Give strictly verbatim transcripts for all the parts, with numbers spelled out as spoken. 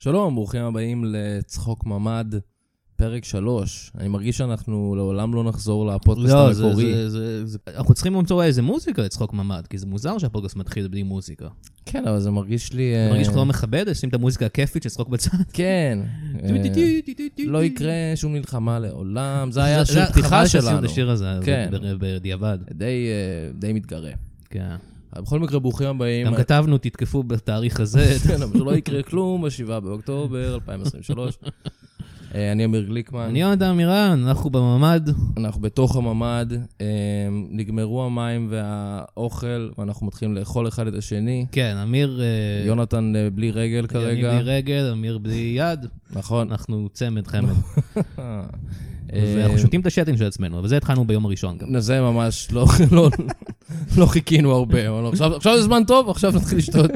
שלום, ברוכים הבאים לצחוק ממד, פרק שלוש. אני מרגיש שאנחנו לעולם לא נחזור לפודקאסט לא, המקורי. זה, זה, זה, אנחנו צריכים למצוא איזה מוזיקה לצחוק ממד, כי זה מוזר שהפודקאסט מתחיל בלי מוזיקה. כן, אבל זה מרגיש לי... זה מרגיש שאתה לא מכבד, לשים את המוזיקה הכיפית של צחוק בצד. כן. לא יקרה שום מלחמה לעולם. זה היה שוב פתיחה חבל שלנו. שעשינו את השיר הזה כן. בדיעבד. די, די מתגרה. כן. בכל מקרה, ברוכים הבאים. גם כתבנו, תתקפו בתאריך הזה. כן, אבל לא יקרה כלום ב-שבעה באוקטובר אלפיים עשרים ושלוש. אני אמיר גליקמן. אני יונתן מירן, אנחנו בממד. אנחנו בתוך הממד, נגמרו המים והאוכל, ואנחנו מתחילים לאכול אחד את השני. כן, אמיר... יונתן בלי רגל כרגע. אני בלי רגל, אמיר בלי יד. נכון. אנחנו צמד חמד. ואנחנו שותים את השטים של עצמנו, וזה התחלנו ביום הראשון גם. זה ממש לא חיכינו הרבה. עכשיו זה זמן טוב, עכשיו נתחיל לשתות.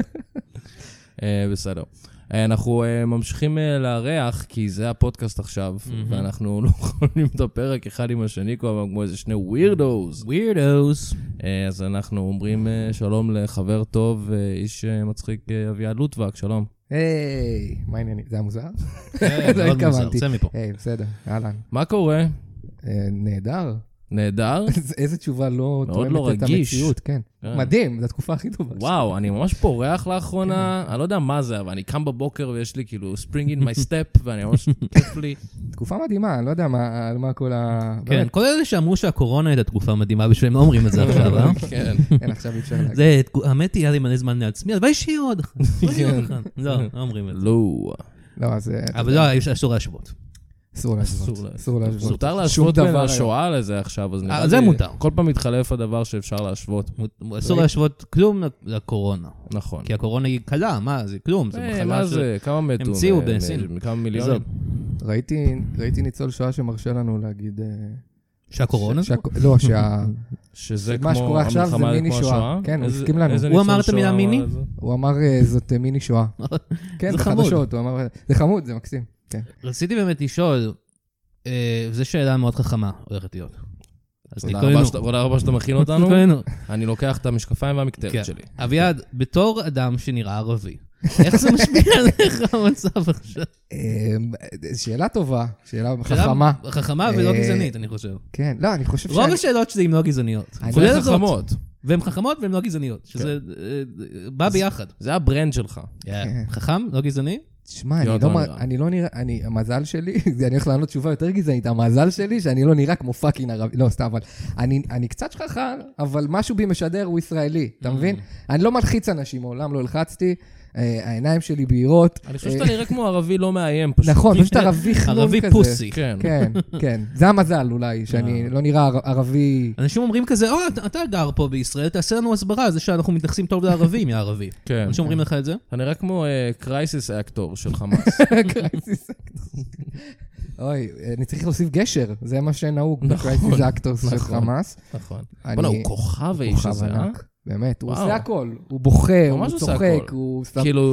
בסדר. אנחנו ממשיכים לארח, כי זה הפודקאסט עכשיו, ואנחנו לא יכולים את הפרק אחד עם השני, כמו איזה שני ווירדוס. ווירדוס. אז אנחנו אומרים שלום לחבר טוב, איש מצחיק אביעד לוטבק, שלום. היי, מה העניינים? זה היה מוזר? לא התכוונתי. צא מפה. היי, בסדר, אהלן. מה קורה? נהדר. נהדר? איזה תשובה לא מאוד לא תואמת את רגיש. המציאות, כן. מדהים, זו התקופה הכי טובה. וואו, אני ממש פורח לאחרונה, אני לא יודע מה זה, אבל אני קם בבוקר ויש לי כאילו spring in my step, ואני ממש כיף לי. תקופה מדהימה, אני לא יודע מה כל ה... כן, כל אלה שאמרו שהקורונה הייתה תקופה מדהימה, בשביל לא אומרים את זה עכשיו, אה? כן. אין, עכשיו אי אפשר להגיד. זה, האמת היא, היה לי מלא זמן לעצמי, אז בואי שיהיה עוד אחד. לא, לא אומרים את זה. לא. לא, אז... אבל לא, אסור להשוות. אסור להשוות. אסור להשוות. מותר להשוות בין השואה לזה עכשיו, אז נראה לי... זה מותר. כל פעם מתחלף הדבר שאפשר להשוות. אסור להשוות כלום לקורונה. נכון. כי הקורונה היא קלה, מה? זה כלום. זה מחלה מה זה? כמה מתו? המציאו בסין. כמה מיליונים? ראיתי ניצול שואה שמרשה לנו להגיד... שהקורונה זה? לא, שה... שזה מה שקורה עכשיו זה מיני שואה. כן, הוא הסכים לנו. הוא אמר את המילה מיני? הוא אמר זאת מיני שואה. כן, בחדשות. זה חמוד, זה מקסים. רציתי באמת לשאול, זו שאלה מאוד חכמה הולכת להיות. תודה רבה שאתה מכין אותנו. אני לוקח את המשקפיים והמקטרת שלי. אביעד, בתור אדם שנראה ערבי, איך זה משפיע עליך המצב עכשיו? שאלה טובה, שאלה חכמה. חכמה ולא גזענית, אני חושב. כן, לא, אני חושב ש... רוב השאלות שלי הן לא גזעניות. והן חכמות. והן חכמות והן לא גזעניות, שזה בא ביחד. זה הברנד שלך. חכם, לא גזעני? תשמע, אני לא נראה, המזל שלי, אני הולך לענות תשובה יותר גזענית, המזל שלי שאני לא נראה כמו פאקינג ערבי, לא, סתם, אבל אני קצת שכחה, אבל משהו בי משדר הוא ישראלי, אתה מבין? אני לא מלחיץ אנשים, מעולם לא הלחצתי, העיניים שלי בהירות. אני חושב שאתה נראה כמו ערבי לא מאיים פשוט. נכון, אני חושב שאתה ערבי חנון כזה. ערבי פוסי. כן, כן. זה המזל אולי, שאני לא נראה ערבי... אנשים אומרים כזה, או, אתה גר פה בישראל, תעשה לנו הסברה, זה שאנחנו מתייחסים טוב לערבים, יא ערבי. כן. אנשים אומרים לך את זה? אתה נראה כמו קרייסיס אקטור של חמאס. קרייסיס אקטור. אוי, אני צריך להוסיף גשר, זה מה שנהוג בקרייסיס אקטור של חמאס. נכון. בוא'נה, הוא כוכב האיש הזה, אה? באמת, הוא עושה הכל, הוא בוכה, הוא צוחק, הוא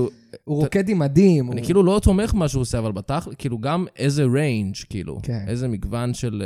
רוקד עם מדים. אני כאילו לא תומך מה שהוא עושה, אבל בתח, כאילו גם איזה ריינג', כאילו, איזה מגוון של...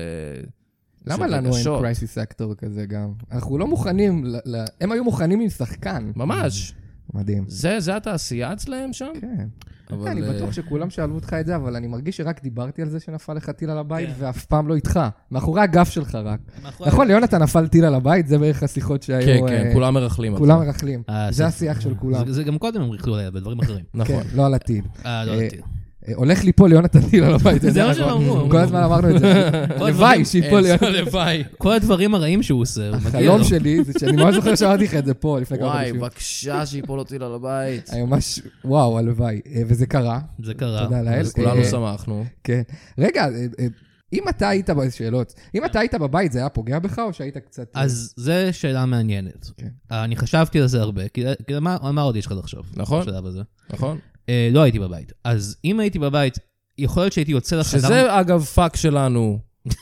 למה לנו אין קרייסיס אקטור כזה גם? אנחנו לא מוכנים, הם היו מוכנים עם שחקן. ממש. מדהים. זה התעשייה אצלהם שם? כן. אני בטוח שכולם שאלו אותך את זה, אבל אני מרגיש שרק דיברתי על זה שנפל לך טיל על הבית, ואף פעם לא איתך. מאחורי הגף שלך רק. נכון, ליונתן נפל טיל על הבית, זה בערך השיחות שהיו... כן, כן, כולם מרחלים. כולם מרחלים. זה השיח של כולם. זה גם קודם הם ריחלו עליה, בדברים אחרים. נכון. לא על הטיל. אה, לא על הטיל. הולך ליפול ליונתן טיל על הבית. זה מה שהם אמרו. כל הזמן אמרנו את זה. לוואי, שיפול ליונתן. לוואי. כל הדברים הרעים שהוא עושה. החלום שלי, זה שאני ממש זוכר שאמרתי לך את זה פה, לפני כמה חודשים. וואי, בבקשה שיפול לו טיל על הבית. אני ממש, וואו, הלוואי. וזה קרה. זה קרה. תודה לאל. אז כולנו שמחנו. כן. רגע, אם אתה היית, שאלות, אם אתה היית בבית, זה היה פוגע בך או שהיית קצת... אז זו שאלה מעניינת. אני חשבתי על זה הרבה, כי מה עוד יש לך לחשוב? נכון. נכון. לא הייתי בבית. אז אם הייתי בבית, יכול להיות שהייתי יוצא לחדר... שזה אגב פאק שלנו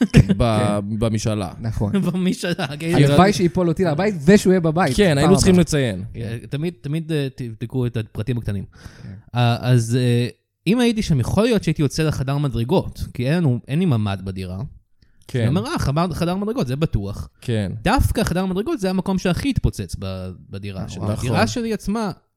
במשאלה. נכון. במשאלה. הלוואי שיפול אותי לבית ושהוא יהיה בבית. כן, היינו צריכים לציין. תמיד תקראו את הפרטים הקטנים. אז אם הייתי שם, יכול להיות שהייתי יוצא לחדר מדרגות, כי אין לי ממד בדירה. כן. אני אומר, אה, חדר מדרגות, זה בטוח. כן. דווקא חדר מדרגות זה המקום שהכי התפוצץ בדירה שלי. הדירה שלי עצמה,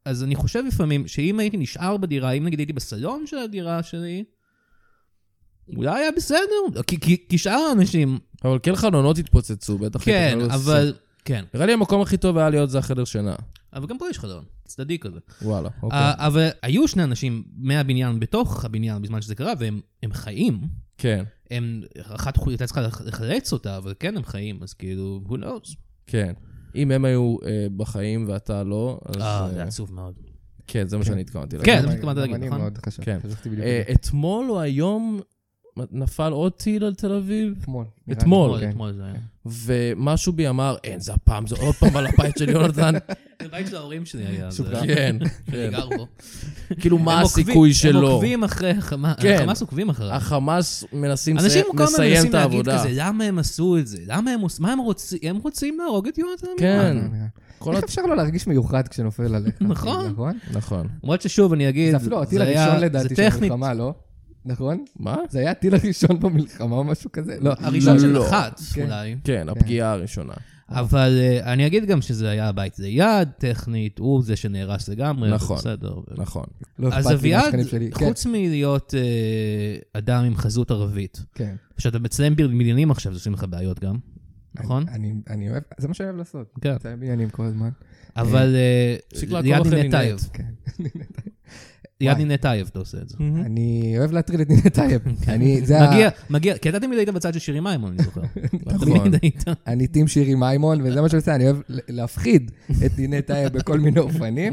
אז אני חושב לפעמים שאם הייתי נשאר בדירה, אם נגיד הייתי בסלון של הדירה שלי, אולי היה בסדר, כי, כי, כי שאר האנשים... אבל כן חלונות התפוצצו, בטח. כן, אבל... כן. נראה לי המקום הכי טוב היה להיות זה החדר שינה. אבל גם פה יש חלון, צדדי כזה. וואלה, אוקיי. אבל היו שני אנשים מהבניין בתוך הבניין בזמן שזה קרה, והם חיים. כן. הם, אחת הייתה צריכה לחלץ אותה, אבל כן הם חיים, אז כאילו, who knows. כן. אם הם היו בחיים ואתה לא, אז... אה, זה עצוב מאוד. כן, זה מה שאני התכוונתי. כן, זה מה שהתכוונתי להגיד, נכון? אני מאוד חשבתי. אתמול או היום נפל עוד טיל על תל אביב? אתמול. אתמול. אתמול זה היה. ומשהו בי אמר, אין, זה הפעם, זה עוד פעם על הבית של יונתן. זה בית של ההורים שלי היה. כן. אני גר בו. כאילו, מה הסיכוי שלו? הם עוקבים אחרי החמאס. החמאס עוקבים אחרי. החמאס מנסים אנשים לסיים את העבודה. להגיד כזה, למה הם עשו את זה? למה הם עושים? מה הם רוצים? הם רוצים להרוג את יונתן? כן. איך אפשר לא להרגיש מיוחד כשנופל עליך? נכון. נכון. למרות ששוב, אני אגיד, זה אפילו הטיל הראשון לדעתי של המלחמה, לא? נכון? מה? זה היה הטיל הראשון במלחמה או משהו כזה? לא. הראשון של אחת, אולי. כן, הפגיעה הראשונה. אבל אני אגיד גם שזה היה הבית ליד, טכנית, הוא זה שנהרס לגמרי. נכון, בסדר. נכון. אז אביעד, חוץ מלהיות אדם עם חזות ערבית, שאתה מצלם בניינים עכשיו, זה עושים לך בעיות גם, נכון? אני אוהב, זה מה שאני אוהב לעשות. כן. מצלם בניינים כל הזמן. אבל ליד נינת טייב. ליד נינת טייב אתה עושה את זה. אני אוהב להטריל את נינת טייב. מגיע, מגיע, כי אתה תמיד היית בצד של שירי מימון, אני זוכר. נכון. אני טים שירי מימון, וזה מה שאני עושה, אני אוהב להפחיד את נינת טייב בכל מיני אופנים.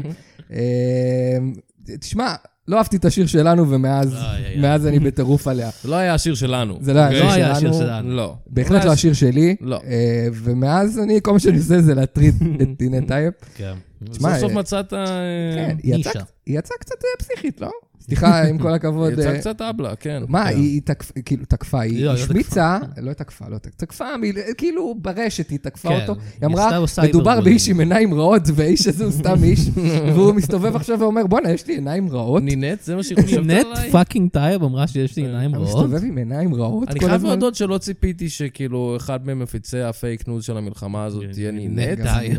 תשמע, לא אהבתי את השיר שלנו, ומאז אני בטירוף עליה. זה לא היה השיר שלנו. זה לא היה השיר שלנו. לא. בהחלט לא השיר שלי. לא. ומאז אני, כל מה שאני עושה זה להטריד את נינת טייב. כן. סוף סוף מצאת נישה. היא יצאה קצת פסיכית, לא? סליחה, עם כל הכבוד. היא יצאה קצת אבלה, כן. מה, היא כאילו תקפה, היא השמיצה, לא תקפה, לא תקפה, כאילו ברשת היא תקפה אותו. היא אמרה, מדובר באיש עם עיניים רעות, והאיש הזה הוא סתם איש, והוא מסתובב עכשיו ואומר, בוא'נה, יש לי עיניים רעות. נינת, זה מה שהיא חושבת עליי. נינת פאקינג טייב אמרה שיש לי עיניים רעות. הוא מסתובב עם עיניים רעות. אני חייב להודות שלא ציפיתי שכאילו אחד ממפיצי הפייק ניוז של המלחמה הזאת תהיה נינת.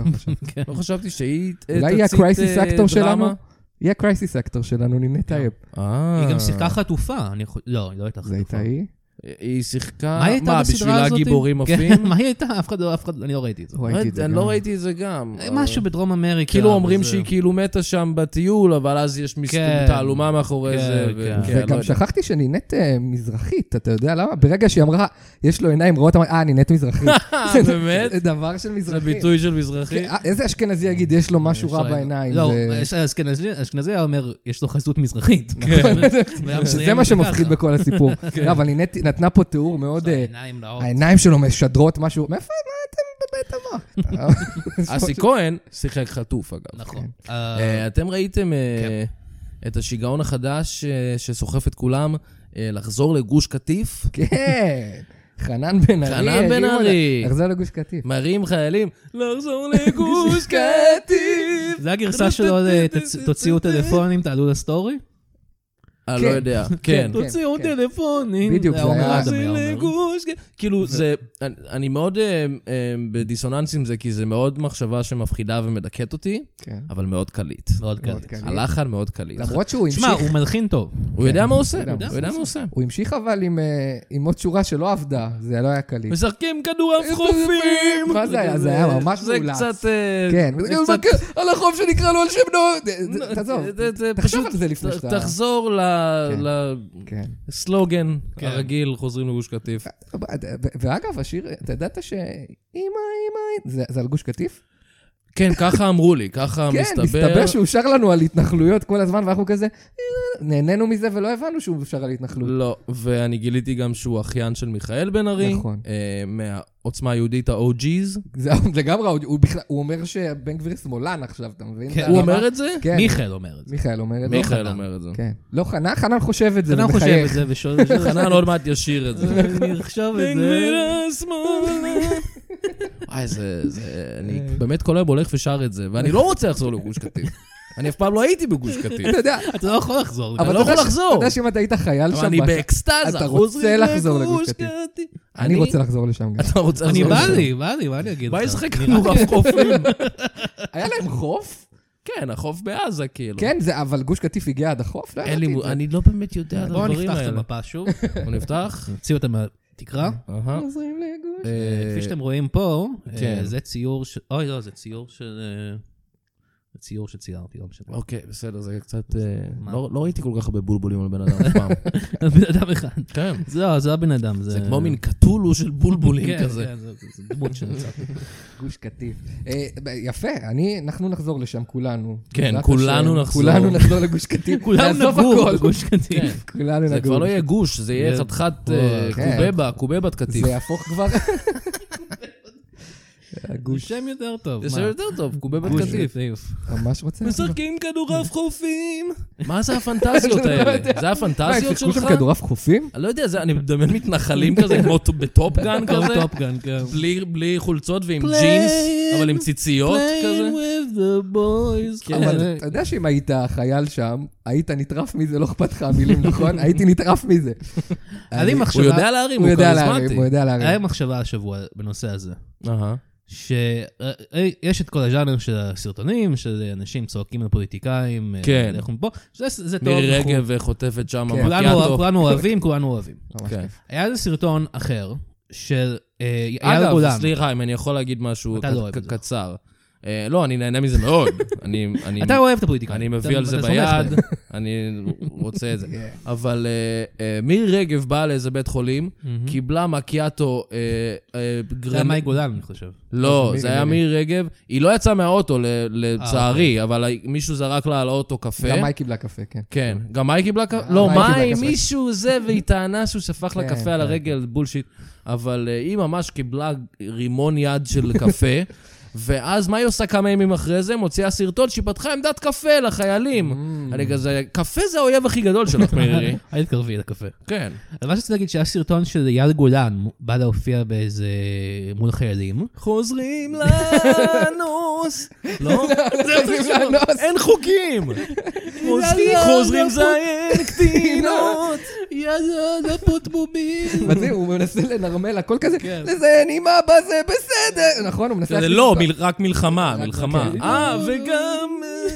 לא חשבתי שהיא הקרייסיס אקטור שלנו? היא הקרייסיס אקטור שלנו, נינת טייב. היא גם שיחקה חטופה. לא, היא לא הייתה חטופה. זה הייתה היא? היא שיחקה... מה, בשבילה גיבורים עפים? מה היא הייתה? אף אחד לא, אף אחד, אני לא ראיתי את זה. אני לא ראיתי את זה גם. משהו בדרום אמריקה. כאילו אומרים שהיא כאילו מתה שם בטיול, אבל אז יש תעלומה מאחורי זה. וגם שכחתי שנינת מזרחית, אתה יודע למה? ברגע שהיא אמרה, יש לו עיניים רעות, אמרה, אה, נינת מזרחית. באמת? זה דבר של מזרחי. זה ביטוי של מזרחי. איזה אשכנזי יגיד, יש לו משהו רע בעיניים. לא, אשכנזי היה אומר, יש לו חזות מזרחית. זה מה שמפחיד בכל הסיפור. אבל נינת נתנה פה תיאור מאוד... העיניים שלו משדרות משהו... מאיפה אתם בבית המוח? אסי כהן שיחק חטוף, אגב. נכון. אתם ראיתם את השיגעון החדש שסוחף את כולם לחזור לגוש קטיף? כן. חנן בן ארי. חנן בן ארי. לחזור לגוש קטיף. מרים חיילים, לחזור לגוש קטיף. זה הגרסה שלו, תוציאו טלפונים, תעלו לסטורי? אני לא יודע, כן. תוציאו טלפונים. בדיוק, זה היה... כאילו, זה... אני מאוד בדיסוננס עם זה, כי זה מאוד מחשבה שמפחידה ומדכאת אותי, אבל מאוד קליט. מאוד קליט. הלחן מאוד קליט. למרות שהוא המשיך... שמע, הוא מלחין טוב. הוא יודע מה הוא עושה, הוא יודע מה הוא עושה. הוא המשיך אבל עם עוד שורה שלא עבדה, זה לא היה קליט. משחקים כדורעף חופים! מה זה היה? זה היה ממש מולץ. זה קצת... כן, על החוף שנקרא לו על שם נו... תעזוב, תחשוב על זה לפני שאתה... תחזור לסלוגן הרגיל, חוזרים לגוש קטיף. ואגב, השיר, אתה ידעת שאמא, אמא, זה על גוש קטיף? כן, ככה אמרו לי, ככה מסתבר. כן, מסתבר שהוא שר לנו על התנחלויות כל הזמן, ואנחנו כזה, נהנינו מזה ולא הבנו שהוא שר על התנחלות. לא, ואני גיליתי גם שהוא אחיין של מיכאל בן ארי. נכון. מהעוצמה היהודית, ה-או ג'יז. זה גם רע, הוא אומר שבן גביר שמאלן עכשיו, אתה מבין? הוא אומר את זה? מיכאל אומר את זה. מיכאל אומר את זה. מיכאל אומר את זה. לא, חנן, חנן חושב את זה. חנן חושב את זה ושואל. חנן עוד מעט ישיר את זה. אני חושב את זה. וואי, זה... אני באמת כל היום הולך ושר את זה, ואני לא רוצה לחזור לגוש קטיף. אני אף פעם לא הייתי בגוש קטיף. אתה יודע. אתה לא יכול לחזור. אתה לא יכול לחזור. אתה יודע שאם אתה היית חייל שם... אבל אני באקסטאזה. אתה רוצה לחזור לגוש קטיף. אני רוצה לחזור לשם גם. אתה רוצה לחזור לשם. אני בא לי, בא לי, מה אני אגיד לך? מה ישחק לנו רב חופים? היה להם חוף? כן, החוף בעזה, כאילו. כן, אבל גוש קטיף הגיע עד החוף? אני לא באמת יודע את הדברים האלה. בואו נפתח את המפה שוב. בואו נפתח. נוציא אותה מהתקרה. חוזרים לגוש. כפי שאתם רואים פה, זה ציור של... אוי, לא, זה ציור של... זה ציור שציירתי, לא משנה. אוקיי, בסדר, זה קצת... לא ראיתי כל כך הרבה בולבולים על בן אדם אף פעם. בן אדם אחד. כן. זהו, זה הבן אדם. זה כמו מין קטולו של בולבולים כזה. כן, זה דמות שנצא. גוש קטיף. יפה, אנחנו נחזור לשם כולנו. כן, כולנו נחזור. כולנו נחזור לגוש קטיף. כולנו נגור בגוש קטיף. כולנו נגור. זה כבר לא יהיה גוש, זה יהיה חתיכת קובבה, קובבת קטיף. זה יהפוך כבר... זה שם יותר טוב. זה שם יותר טוב, קובבת קטיף. ממש רוצה... משחקים כדורעף חופים. מה זה הפנטזיות האלה? זה הפנטזיות שלך? מה, שם כדורעף חופים? אני לא יודע, אני מדמיין מתנחלים כזה, כמו בטופגן כזה. בטופגן, כן. בלי חולצות ועם ג'ינס, אבל עם ציציות כזה. Playing with the boys. אבל אתה יודע שאם היית חייל שם, היית נטרף מזה, לא אכפת לך המילים, נכון? הייתי נטרף מזה. הוא יודע להרים, הוא כריזמטי. הוא יודע להרים. היה מחשבה השבוע בנושא הזה. אהה. שיש את כל הז'אנר של הסרטונים, של אנשים צועקים על פוליטיקאים, כן. זה טוב. מירי רגב וחוטפת שם מקיאטו. כולנו אוהבים, כולנו אוהבים. היה איזה סרטון אחר, של יאיר גולן. אגב, סליחה, אם אני יכול להגיד משהו קצר. לא, אני נהנה מזה מאוד. אתה אוהב את הפוליטיקאים. אני מביא על זה ביד, אני רוצה את זה. אבל מירי רגב באה לאיזה בית חולים, קיבלה מקיאטו... זה היה מאי גולן, אני חושב. לא, זה היה מירי רגב. היא לא יצאה מהאוטו, לצערי, אבל מישהו זרק לה על האוטו קפה. גם מאי קיבלה קפה, כן. כן. גם מאי קיבלה קפה? לא, מאי, מישהו זה, והיא טענה שהוא שפך לה קפה על הרגל, בולשיט. אבל היא ממש קיבלה רימון יד של קפה. ואז מה היא עושה כמה ימים אחרי זה? מוציאה סרטון שהיא פתחה עמדת קפה לחיילים. אני כזה, קפה זה האויב הכי גדול שלך, מירי. היית קרבי לקפה. כן. אבל מה שצריך להגיד שהיה סרטון של יאיר גולן, בא להופיע באיזה מול חיילים. חוזרים לאנוס. לא? אין חוקים. חוזרים זיין קטינות. יאללה, פוטבוביל. וזה, הוא מנסה לנרמל, הכל כזה, לזיין עם אבא זה בסדר. נכון, הוא מנסה... לא, רק מלחמה, מלחמה. אה, וגם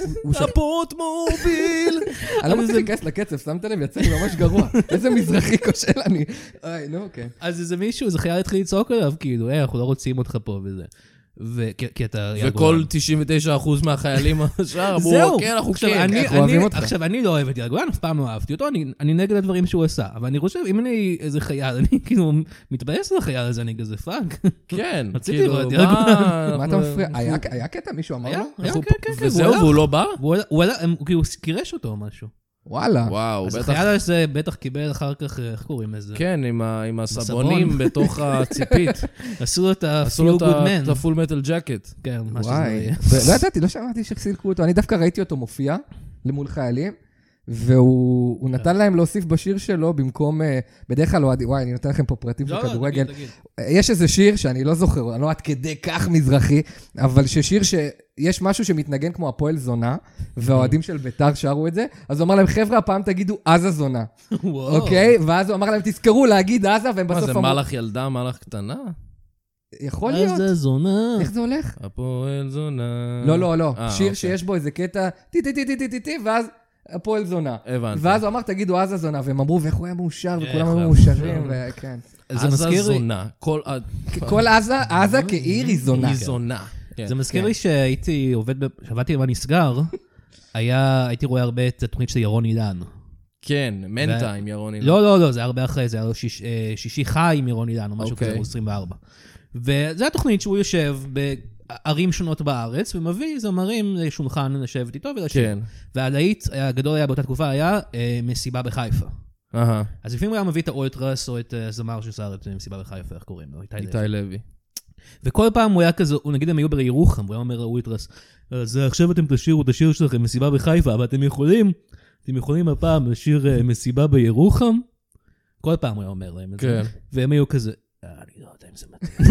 הפוטמוביל. אני לא מצליח להיכנס לקצב, שמת לב, יצא לי ממש גרוע. איזה מזרחי כושל אני. אוי, נו, כן. אז איזה מישהו, איזה חייל התחיל לצעוק עליו, כאילו, אה, אנחנו לא רוצים אותך פה וזה. וכי אתה... וכל תשעים ותשעה אחוז מהחיילים השאר אמרו, כן, אנחנו כן, אנחנו אוהבים אותך. עכשיו, אני לא אוהב את יאיר גולן, אף פעם לא אהבתי אותו, אני נגד הדברים שהוא עשה, אבל אני חושב, אם אני איזה חייל, אני כאילו מתבאס על החייל הזה, אני כזה פאק. כן, רציתי לראות את יאיר גולן. מה אתה מפריע? היה קטע, מישהו אמר לו? וזהו, והוא לא בא? הוא כאילו קירש אותו או משהו. וואלה. וואו, בטח. אז החייל הזה בטח קיבל אחר כך, איך קוראים לזה? כן, עם הסבונים בתוך הציפית. עשו לו את ה-Feel Good Man. את ה-Full Metal Jacket. כן, מה שזה וואי. יהיה. לא ידעתי, לא שמעתי שסילקו אותו. אני דווקא ראיתי אותו מופיע למול חיילים, והוא נתן להם להוסיף בשיר שלו במקום, בדרך כלל, וואי, אני נותן לכם פה פרטים של כדורגל. יש איזה שיר שאני לא זוכר, אני לא עד כדי כך מזרחי, אבל ששיר שיש משהו שמתנגן כמו הפועל זונה, והאוהדים של ביתר שרו את זה, אז הוא אמר להם, חבר'ה, הפעם תגידו עזה זונה. אוקיי? ואז הוא אמר להם, תזכרו להגיד עזה, והם בסוף אמרו... מה, זה מלך ילדה, מלך קטנה? יכול להיות. עזה זונה. איך זה הולך? הפועל זונה. לא, לא, לא. שיר שיש בו איזה קטע, טי טי טי טי טי טי טי, ואז הפועל זונה. הבנתי. ואז הוא אמר, תגידו עזה זונה, והם אמרו, ואיך הוא היה מאושר, וכולם היו מאושרים, וכן. עזה זונה. כל עזה, עזה כעיר היא זונה. היא זונה. זה מזכיר לי שהייתי עובד, שעבדתי במה נסגר, הייתי רואה הרבה את התוכנית של ירון אילן. כן, מנטה עם ירון אילן. לא, לא, לא, זה הרבה אחרי, זה היה שישי חי עם ירון אילן, או משהו כזה, הוא עשרים וארבע. וזה התוכנית שהוא יושב בערים שונות בארץ, ומביא זמרים לשולחן לשבת איתו ולשב. כן. והלהיט הגדול היה באותה תקופה, היה מסיבה בחיפה. אז לפעמים הוא היה מביא את האולטרס, או את זמר ששר את מסיבה בחיפה, איך קוראים לו? איתי לוי. וכל פעם הוא היה כזה, הוא נגיד הם היו בירוחם, הוא היה אומר לאולטרס, אז עכשיו אתם תשירו את השיר שלכם מסיבה בחיפה, אבל אתם יכולים, אתם יכולים הפעם לשיר מסיבה בירוחם? כל פעם הוא היה אומר להם את זה. והם היו כזה, אני לא יודע אם זה מתאים.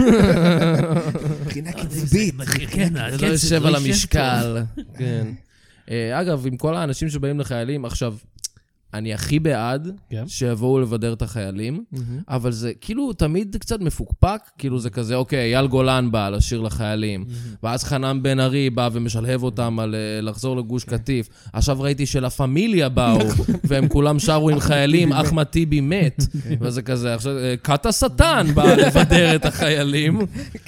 מבחינה קצבית. כן, זה לא יושב על המשקל. כן. אגב, עם כל האנשים שבאים לחיילים, עכשיו, אני הכי בעד שיבואו לבדר את החיילים, אבל זה כאילו תמיד קצת מפוקפק, כאילו זה כזה, אוקיי, אייל גולן בא לשיר לחיילים, ואז חנן בן ארי בא ומשלהב אותם על לחזור לגוש קטיף. עכשיו ראיתי שלפמיליה באו, והם כולם שרו עם חיילים, אחמד טיבי מת, וזה כזה, עכשיו, קאט השטן בא לבדר את החיילים,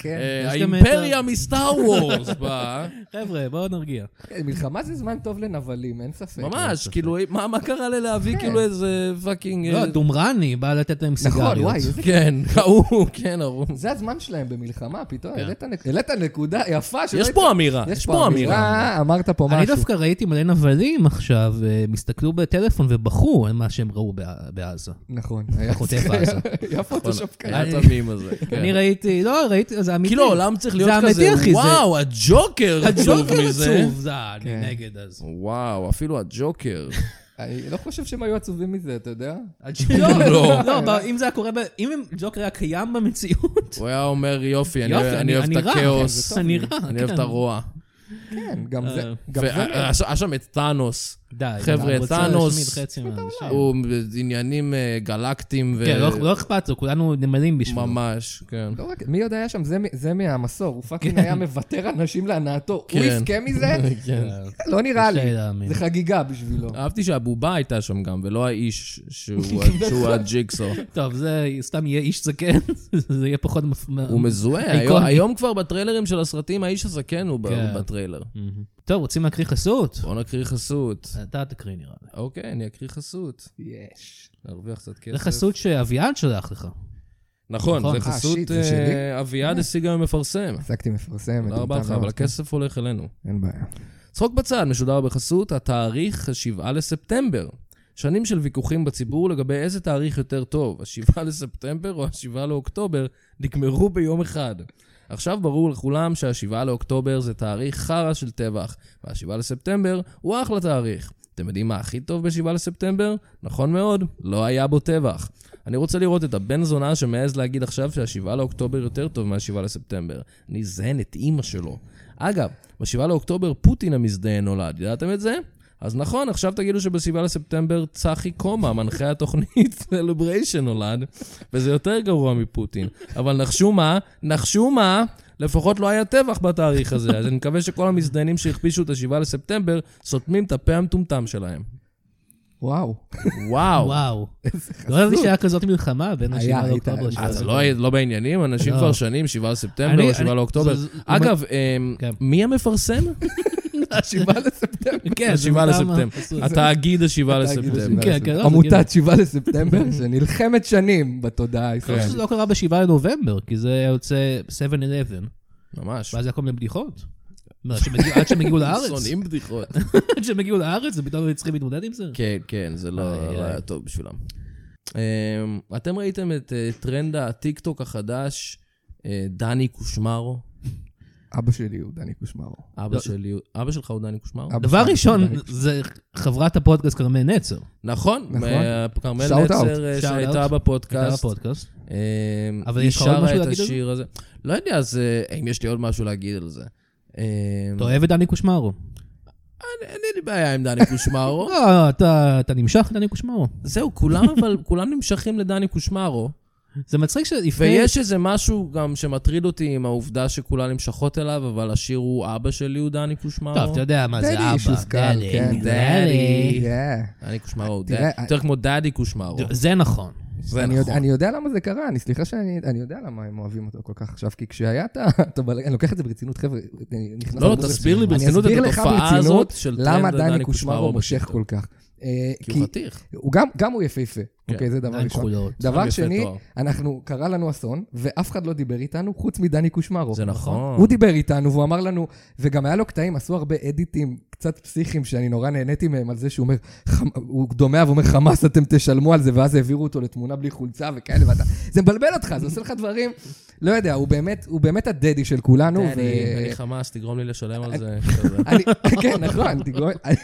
האימפריה מסטאר וורס בא. חבר'ה, בואו נרגיע. מלחמה זה זמן טוב לנבלים, אין ספק. ממש, כאילו, מה קרה ללהביא כאילו איזה פאקינג... לא, דומרני בא לתת להם סיגריות. נכון, וואי, איזה... כן, הוא, כן, הוא. זה הזמן שלהם במלחמה, פתאום, העלית נקודה יפה. יש פה אמירה, יש פה אמירה, אמרת פה משהו. אני דווקא ראיתי מלא נבלים עכשיו, מסתכלו בטלפון ובחרו על מה שהם ראו בעזה. נכון. בחוטף עזה. היה פוטושופ כאלה. היה תמים הזה. אני ראיתי, לא, ראיתי, זה אמיתי. כאילו, העולם צריך להיות כזה, וואו, הג'וקר עצוב מזה. זה, אני נגד אז. וואו, אפילו הג'וקר. אני לא חושב שהם היו עצובים מזה, אתה יודע? לא, לא, אם זה היה קורה, אם ג'וקר היה קיים במציאות... הוא היה אומר, יופי, אני אוהב את הכאוס, אני רע, אני אוהב את הרוע. כן, גם זה. והיה שם את טאנוס. די. חבר'ה, טאנוס, הוא עניינים גלקטיים. כן, לא אכפת לו, כולנו נמלים בשבילו. ממש, כן. מי עוד היה שם? זה מהמסור, הוא פאקינג היה מוותר אנשים להנאתו. הוא יזכה מזה? לא נראה לי. זה חגיגה בשבילו. אהבתי שהבובה הייתה שם גם, ולא האיש שהוא הג'יקסו. טוב, זה סתם יהיה איש זקן, זה יהיה פחות... הוא מזוהה, היום כבר בטריילרים של הסרטים, האיש הזקן הוא בטריילר. טוב, רוצים להקריא חסות? בוא נקריא חסות. אתה תקריא נראה לי. אוקיי, אני אקריא חסות. יש. להרוויח קצת כסף. זה חסות שאביעד שלח לך. נכון, זה חסות אביעד השיגה מפרסם. עסקתי מפרסם. לא רבה לך, אבל הכסף הולך אלינו. אין בעיה. צחוק בצד, משודר בחסות, התאריך השבעה לספטמבר. שנים של ויכוחים בציבור לגבי איזה תאריך יותר טוב, השבעה לספטמבר או השבעה לאוקטובר, נגמרו ביום אחד. עכשיו ברור לכולם שהשבעה לאוקטובר זה תאריך חרא של טבח, והשבעה לספטמבר הוא אחלה תאריך. אתם יודעים מה הכי טוב בשבעה לספטמבר? נכון מאוד, לא היה בו טבח. אני רוצה לראות את הבן זונה שמעז להגיד עכשיו שהשבעה לאוקטובר יותר טוב מהשבעה לספטמבר. אני זהן את אימא שלו. אגב, בשבעה לאוקטובר פוטין המזדיין נולד, ידעתם את זה? אז נכון, עכשיו תגידו שבשבעה לספטמבר צחי קומה, מנחה התוכנית סלבריישן נולד, וזה יותר גרוע מפוטין. אבל נחשו מה? נחשו מה? לפחות לא היה טבח בתאריך הזה, אז אני מקווה שכל המזדיינים שהכפישו את השבעה לספטמבר, סותמים את הפה המטומטם שלהם. וואו. וואו. וואו. לא ידעתי שהיה כזאת מלחמה בין השבעה לאוקטובר. אז לא בעניינים, אנשים כבר שנים, שבעה לספטמבר או שבעה לאוקטובר. אגב, מי המפרסם? השבעה לספטמבר. כן, השבעה לספטמבר. התאגיד השבעה לספטמבר. עמותת שבעה לספטמבר, שנלחמת שנים בתודעה הישראלית. זה לא קרה בשבעה לנובמבר, כי זה יוצא שבע אחת עשרה. ממש. ואז זה הכל מיני בדיחות. עד שהם הגיעו לארץ. שונאים בדיחות. עד שהם הגיעו לארץ, זה פתאום צריכים להתמודד עם זה? כן, כן, זה לא היה טוב בשבילם. אתם ראיתם את טרנד הטיק-טוק החדש, דני קושמרו? אבא שלי הוא דני קושמרו. אבא שלי, אבא שלך הוא דני קושמרו? דבר ראשון, זה חברת הפודקאסט כרמל נצר. נכון, כרמל נצר שהייתה בפודקאסט. אבל יש לך עוד משהו להגיד על זה? לא יודע, אז אם יש לי עוד משהו להגיד על זה. אתה אוהב את דני קושמרו? אין לי בעיה עם דני קושמרו. לא, אתה נמשך לדני קושמרו. זהו, כולם אבל, כולם נמשכים לדני קושמרו. זה מצחיק שלפני... ויש איזה משהו גם שמטריד אותי עם העובדה שכולם נמשכות אליו, אבל השיר הוא אבא שלי הוא דני קושמרו. טוב, אתה יודע מה זה אבא. דדי שוסקל, כן. דדי. דני קושמרו. יותר כמו דדי קושמרו. זה נכון. אני יודע למה זה קרה, אני סליחה שאני יודע למה הם אוהבים אותו כל כך עכשיו, כי כשהיה אתה, אני לוקח את זה ברצינות, חבר'ה, לא, תסביר לי ברצינות את התופעה הזאת של למה דני קושמרו מושך כל כך. כי הוא חתיך. גם הוא יפהפה. אוקיי, זה דבר ראשון. דבר שני, אנחנו, קרה לנו אסון, ואף אחד לא דיבר איתנו, חוץ מדני קושמרו. זה נכון. הוא דיבר איתנו, והוא אמר לנו, וגם היה לו קטעים, עשו הרבה אדיטים קצת פסיכיים, שאני נורא נהניתי מהם על זה שהוא אומר, הוא דומע ואומר, חמאס, אתם תשלמו על זה, ואז העבירו אותו לתמונה בלי חולצה וכאלה, ואתה, זה מבלבל אותך, זה עושה לך דברים, לא יודע, הוא באמת, הוא באמת הדדי של כולנו. דני, אני חמאס, תגרום לי לשלם על זה. כן, נכון, תגרום...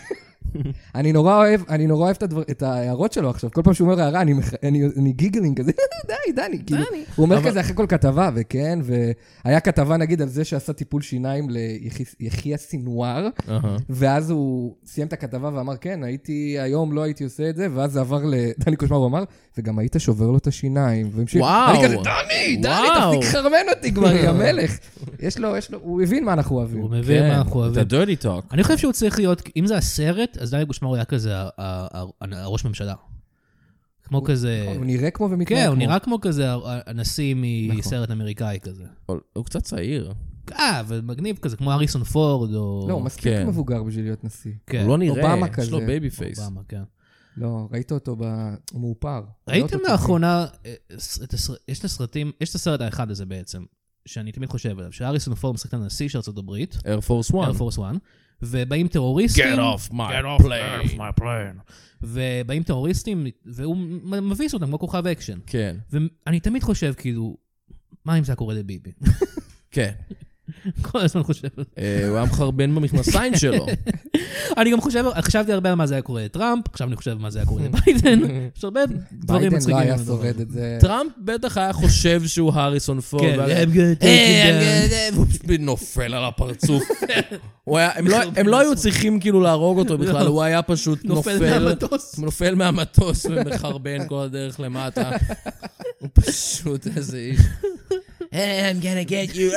אני נורא אוהב, אני נורא אוהב את ההערות שלו עכשיו. כל פעם שהוא אומר הערה, אני גיגלינג כזה, די, דני. הוא אומר כזה אחרי כל כתבה, וכן, והיה כתבה נגיד על זה שעשה טיפול שיניים ליחיא סינואר, ואז הוא סיים את הכתבה ואמר, כן, הייתי, היום לא הייתי עושה את זה, ואז זה עבר לדני קושמר, הוא אמר, וגם היית שובר לו את השיניים. וואו. אני כזה, דני, דני, תפסיק חרמן אותי כבר, היא המלך. יש לו, יש לו, הוא הבין מה אנחנו אוהבים. הוא מבין מה אנחנו אוהבים. את ה-dirty talk. אני חושב שהוא צריך להיות, אם זה הסרט, אז דני קושמר היה כזה הראש ממשלה. כמו כזה... הוא נראה כמו ומתנהג כמו. כן, הוא נראה כמו כזה הנשיא מסרט אמריקאי כזה. הוא קצת צעיר. אה, ומגניב כזה, כמו אריסון פורד או... לא, הוא מספיק מבוגר בשביל להיות נשיא. הוא לא נראה, יש לו בייבי פייס. אובמה, כן. לא, ראית אותו במאופר. ראיתם לאחרונה, יש את הסרטים, יש את הסרט האחד הזה בעצם, שאני תמיד חושב עליו, שאריסון פורד משחק את הנשיא של ארצות הברית. Air Force One. Air Force One. ובאים טרוריסטים... Get off my plane. Get off my plane. ובאים טרוריסטים, והוא מביס אותם כמו כוכב אקשן. כן. ואני תמיד חושב, כאילו, מה אם זה קורה לביבי? כן. כל הזמן חושב. הוא היה מחרבן במכנסיים שלו. אני גם חושב, חשבתי הרבה על מה זה היה קורה לטראמפ, עכשיו אני חושב מה זה היה קורה לביידן. יש הרבה דברים מצחיקים. ביידן לא היה שורד את זה. טראמפ בטח היה חושב שהוא הריסון פורד. כן, והוא פשוט נופל על הפרצוף. הם לא היו צריכים כאילו להרוג אותו בכלל, הוא היה פשוט נופל מהמטוס ומחרבן כל הדרך למטה. הוא פשוט איזה איש. I'm gonna get you.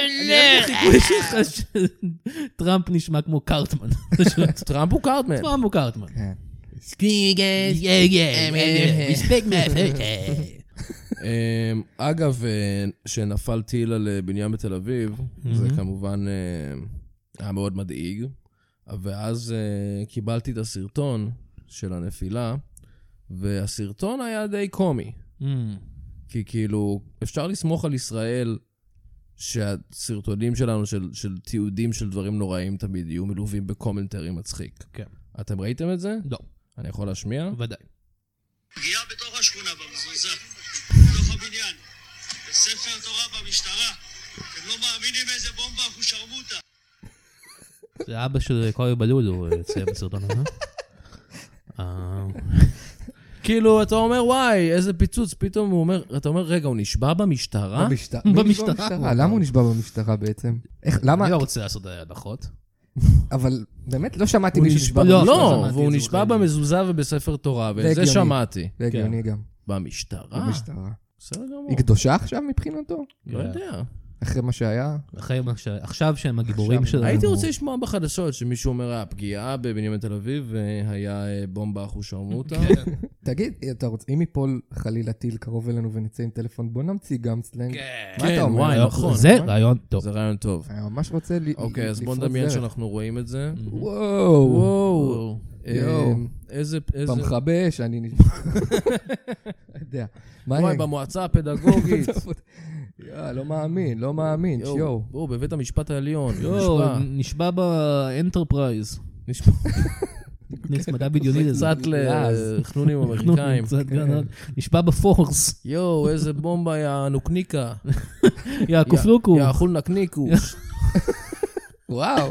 טראמפ נשמע כמו קארטמן. טראמפ הוא קארטמן. טראמפ הוא קארטמן. Screw you guys. Yeah, yeah. Respect my photo. אגב, שנפל טיל על בניין בתל אביב, זה כמובן היה מאוד מדאיג, ואז קיבלתי את הסרטון של הנפילה, והסרטון היה די קומי. כי כאילו, אפשר לסמוך על ישראל שהסרטונים שלנו של, של תיעודים של דברים נוראים תמיד יהיו מלווים בקומנטרי מצחיק. כן. אתם ראיתם את זה? לא. אני יכול להשמיע? ודאי. פגיעה בתוך השכונה במזוזה, בתוך הבניין, בספר תורה במשטרה. אתם לא מאמינים איזה בומבה אנחנו שרמו אותה. זה אבא של קורי בלולו, צייב בסרטון הזה. כאילו, אתה אומר, וואי, איזה פיצוץ, פתאום הוא אומר, אתה אומר, רגע, הוא נשבע במשטרה? במשטרה. למה הוא נשבע במשטרה בעצם? למה? אני לא רוצה לעשות הדחות. אבל באמת לא שמעתי מישהו נשבע במשטרה. לא, והוא נשבע במזוזה ובספר תורה, וזה שמעתי. זה הגיוני גם. במשטרה? במשטרה. בסדר גמור. היא קדושה עכשיו מבחינתו? לא יודע. אחרי מה שהיה? אחרי מה שהיה. עכשיו שהם הגיבורים שלנו. הייתי רוצה לשמוע בחדשות שמישהו אומר, הפגיעה בבנימין תל אביב, היה בומבה אחו שרמו אותה. תגיד, אתה רוצה, אם יפול חלילה טיל קרוב אלינו ונצא עם טלפון, בוא נמציא גם סלנג. כן, וואי, נכון. זה רעיון טוב. זה רעיון טוב. אני ממש רוצה לפרוץ דרך. אוקיי, אז בוא נדמיין שאנחנו רואים את זה. וואו. וואו. יואו. איזה... במחבש, אני נשמע. יודע. וואי, במועצה הפדגוגית. יואו, לא מאמין, לא מאמין, שיואו. בואו, בבית המשפט העליון. יואו, נשבע באנטרפרייז. נשבע. נכנס מדע בדיוני לזה. קצת לחנונים אמריקאים. נשבע בפורס. יואו, איזה בומבה, יא נוקניקה. יא קופלוקו. יא אכול נקניקו. וואו.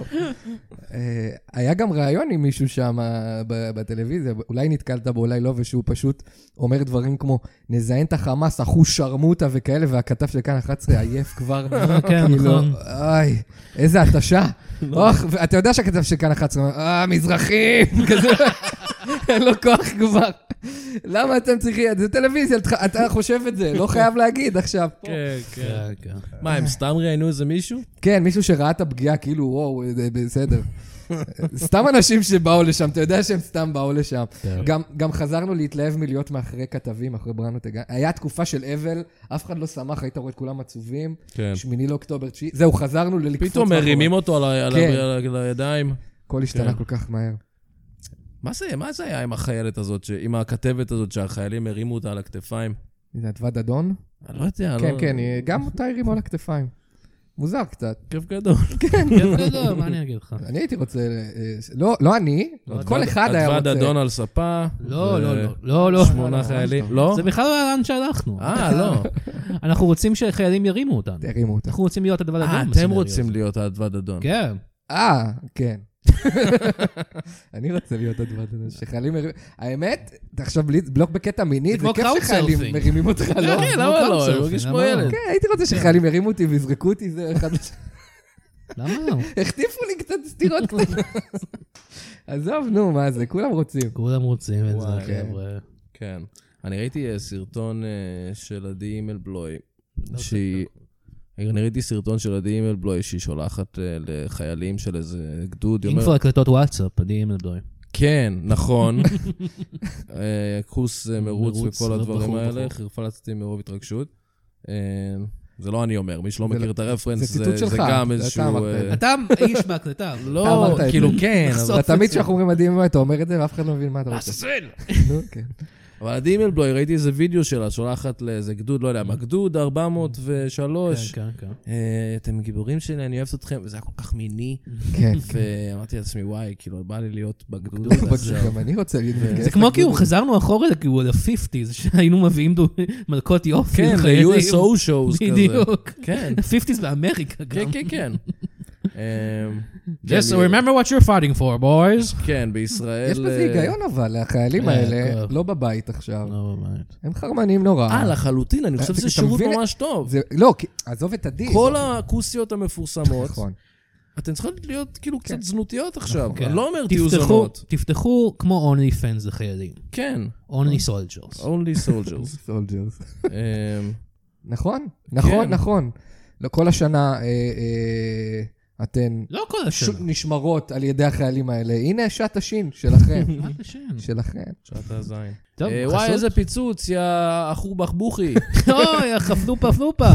היה גם רעיון עם מישהו שם בטלוויזיה, אולי נתקלת בו, אולי לא, ושהוא פשוט אומר דברים כמו, נזיין את החמאס, אחו שרמוטה וכאלה, והכתב של כאן אחת עשרה עייף כבר. כן, נכון. איי, איזה התשה. אתה יודע שהכתב של כאן אחת עשרה, אה, מזרחים, כזה, אין לו כוח כבר. למה אתם צריכים, זה טלוויזיה, אתה חושב את זה, לא חייב להגיד עכשיו. כן, כן. מה, הם סתם ראיינו איזה מישהו? כן, מישהו שראה את הפגיעה, כאילו, וואו, בסדר. סתם אנשים שבאו לשם, אתה יודע שהם סתם באו לשם. גם חזרנו להתלהב מלהיות מאחרי כתבים, אחרי בראנו תגן. היה תקופה של אבל, אף אחד לא שמח, היית רואה את כולם עצובים. שמיני לאוקטובר, תשיעי. זהו, חזרנו ללקפוץ. פתאום מרימים אותו על הידיים. הכל השתנה כל כך מהר. מה זה, מה זה היה עם החיילת הזאת, עם הכתבת הזאת שהחיילים הרימו אותה על הכתפיים? זה אדווה דדון? אני לא יודע. כן, כן, גם אותה הרימו על הכתפיים. מוזר קצת. כיף גדול. כן, כיף גדול, מה אני אגיד לך? אני הייתי רוצה, לא אני, כל אחד היה רוצה. אדווה דדון על ספה. לא, לא, לא, לא. שמונה חיילים. לא? זה בכלל לא לאן שהלכנו. אה, לא. אנחנו רוצים שחיילים ירימו אותנו. ירימו אותנו. אנחנו רוצים להיות אדווה דדון. אה, אתם רוצים להיות אדווה דדון. כן. אה, כן. אני רוצה להיות הדמות הזאת, שחיילים מרימים... האמת, אתה עכשיו בלוק בקטע מיני, זה כיף שחיילים מרימים אותך, לא? כן, למה לא? אני מרגיש כמו ילד. כן, הייתי רוצה שחיילים ירימו אותי ויזרקו אותי, זה אחד... למה? החטיפו לי קצת סתירות קטנות. עזוב, נו, מה זה? כולם רוצים. כולם רוצים את זה, חבר'ה. כן. אני ראיתי סרטון של עדי אימלבלוי, שהיא... אני ראיתי סרטון של עדי אימלבלוי, שהיא שולחת לחיילים של איזה גדוד. אינפו הקלטות וואטסאפ, עדי אימלבלוי. כן, נכון. קורס מרוץ וכל הדברים האלה, חרפלצתי מרוב התרגשות. זה לא אני אומר, מי שלא מכיר את הרפרנס, זה גם איזשהו... אתה איש בהקלטה. לא, כאילו כן. תמיד שאנחנו אומרים עדי אימלבלוי, אתה אומר את זה, ואף אחד לא מבין מה אתה רוצה. אססל! נו, כן. אבל עדי אימלבלוי, ראיתי איזה וידאו שלה, שולחת לאיזה גדוד, לא יודע, מהגדוד ארבע מאות ושלוש. כן, כן, כן. אתם גיבורים שלי, אני אוהבת אתכם, וזה היה כל כך מיני. כן. ואמרתי לעצמי, וואי, כאילו, בא לי להיות בגדוד. גם אני רוצה להיות בגדוד. זה כמו כאילו, חזרנו אחורה, כאילו, ל-חמישים, שהיינו מביאים מלכות יופי. כן, ל-יו אס או shows כזה. בדיוק. כן. חמישים באמריקה גם. כן, כן, כן. Just remember what you're fighting for, boys. כן, בישראל... יש בזה היגיון אבל, החיילים האלה, לא בבית עכשיו. לא בבית. הם חרמנים נורא. אה, לחלוטין, אני חושב שזה שירות ממש טוב. לא, עזוב את הדין. כל הכוסיות המפורסמות, נכון. אתן צריכות להיות כאילו קצת זנותיות עכשיו. אני לא אומר תהיו תפתחו- זונות. תפתחו כמו only fans לחיילים. כן. only soldiers. only soldiers. סולג'רס. אמ, נכון, נכון, כן. נכון. לא, כל השנה אה, אה, אתן לא כל ש- השנה. נשמרות על ידי החיילים האלה. הנה שעת השין שלכם. מה השם? שלכם. שעת הזין. טוב, אה, חסות? וואי, איזה פיצוץ, יא אחור בחבוכי. אוי, חפלופה פלופה.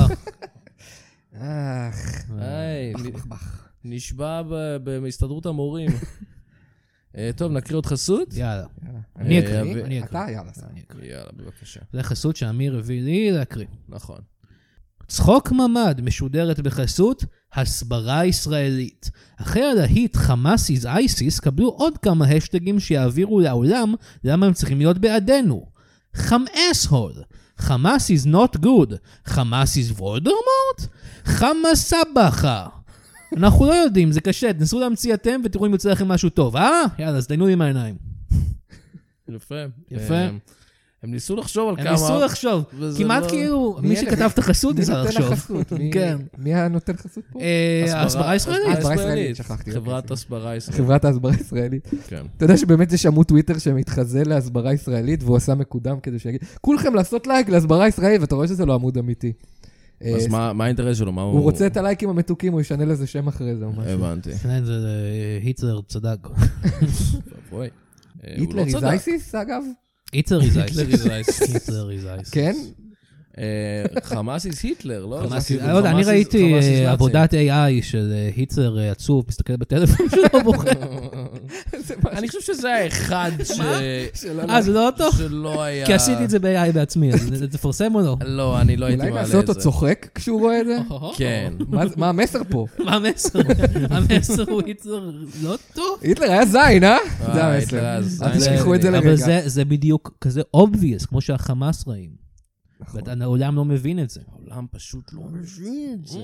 אך, היי, בח, נ- בח, בח. נשבע ב- בהסתדרות המורים. אה, טוב, נקריא עוד חסות? יאללה. יאללה. אני אה, אקריא, ו- אני אתה, אקריא. יאללה. סע. אני אקריא. יאללה, בבקשה. זה חסות שאמיר הביא לי להקריא. נכון. צחוק ממד משודרת בחסות הסברה ישראלית. אחרי הלהיט חמאס is אייסיס קבלו עוד כמה השטגים שיעבירו לעולם למה הם צריכים להיות בעדנו. חמאס-הול. חמאס is not good. חמאס is וולדמורט? חמאס סבחה. אנחנו לא יודעים, זה קשה. תנסו להמציא אתם ותראו אם יוצא לכם משהו טוב. אה? יאללה, אז תדיינו עם העיניים. יפה. יפה. אה, הם ניסו לחשוב על הם כמה... ניסו לחשוב. וזה כמעט לא- כאילו, מי מי אלה? שכתב את החסות מי ניסה נותן לחשוב. החסות? מי- כן. מי הנותן חסות פה? אה, ההסברה הישראלית. הסברה ישראלית, שכחתי. חברת אוקיי. הסברה ישראלית. חברת ההסברה הישראלית. כן. אתה יודע שבאמת יש עמוד טוויטר שמתחזה להסברה ישראלית, והוא עשה מקודם כדי שיגיד, כולכם לעשות לייק להסברה ישראלית, ואתה רואה שזה לא עמוד אמיתי. אז מה מה האינטרס שלו? מה הוא... הוא רוצה את הלייקים המתוקים, הוא ישנה לזה שם אחרי זה או משהו. הבנתי. כן, זה אה, היטלר צדק. אוי. אה, הוא היטלר לא איז צדק. אייסיס, אגב? היטלר איז אייס. היטלר איז אייס. היטלר איז אייס. כן? אה, חמאס איז היטלר, לא? חמאס זה איז- כאילו לא יודע, אני חמאס איז- ראיתי חמאס איז אה, נאצים. עבודת איי איי של אה, היטלר אה, עצוב, מסתכל בטלפון שלו בוחר. אני חושב שזה האחד ש... אה, זה לא אותו? שלא היה... כי עשיתי את זה ב-איי איי בעצמי, אז זה תפרסם או לא? לא, אני לא הייתי אולי מעלה נעשה את זה. אותו צוחק כשהוא רואה את זה? כן. מה- מה המסר פה? מה המסר? המסר הוא היטלר לא טוב. היטלר היה זין, אה? זה אה, המסר. היטלר היה זין. אל תשכחו את זה אבל לרגע. זה- זה בדיוק כזה obvious, כמו שהחמאס רעים. נכון. והעולם לא מבין את זה. העולם פשוט לא מבין את זה.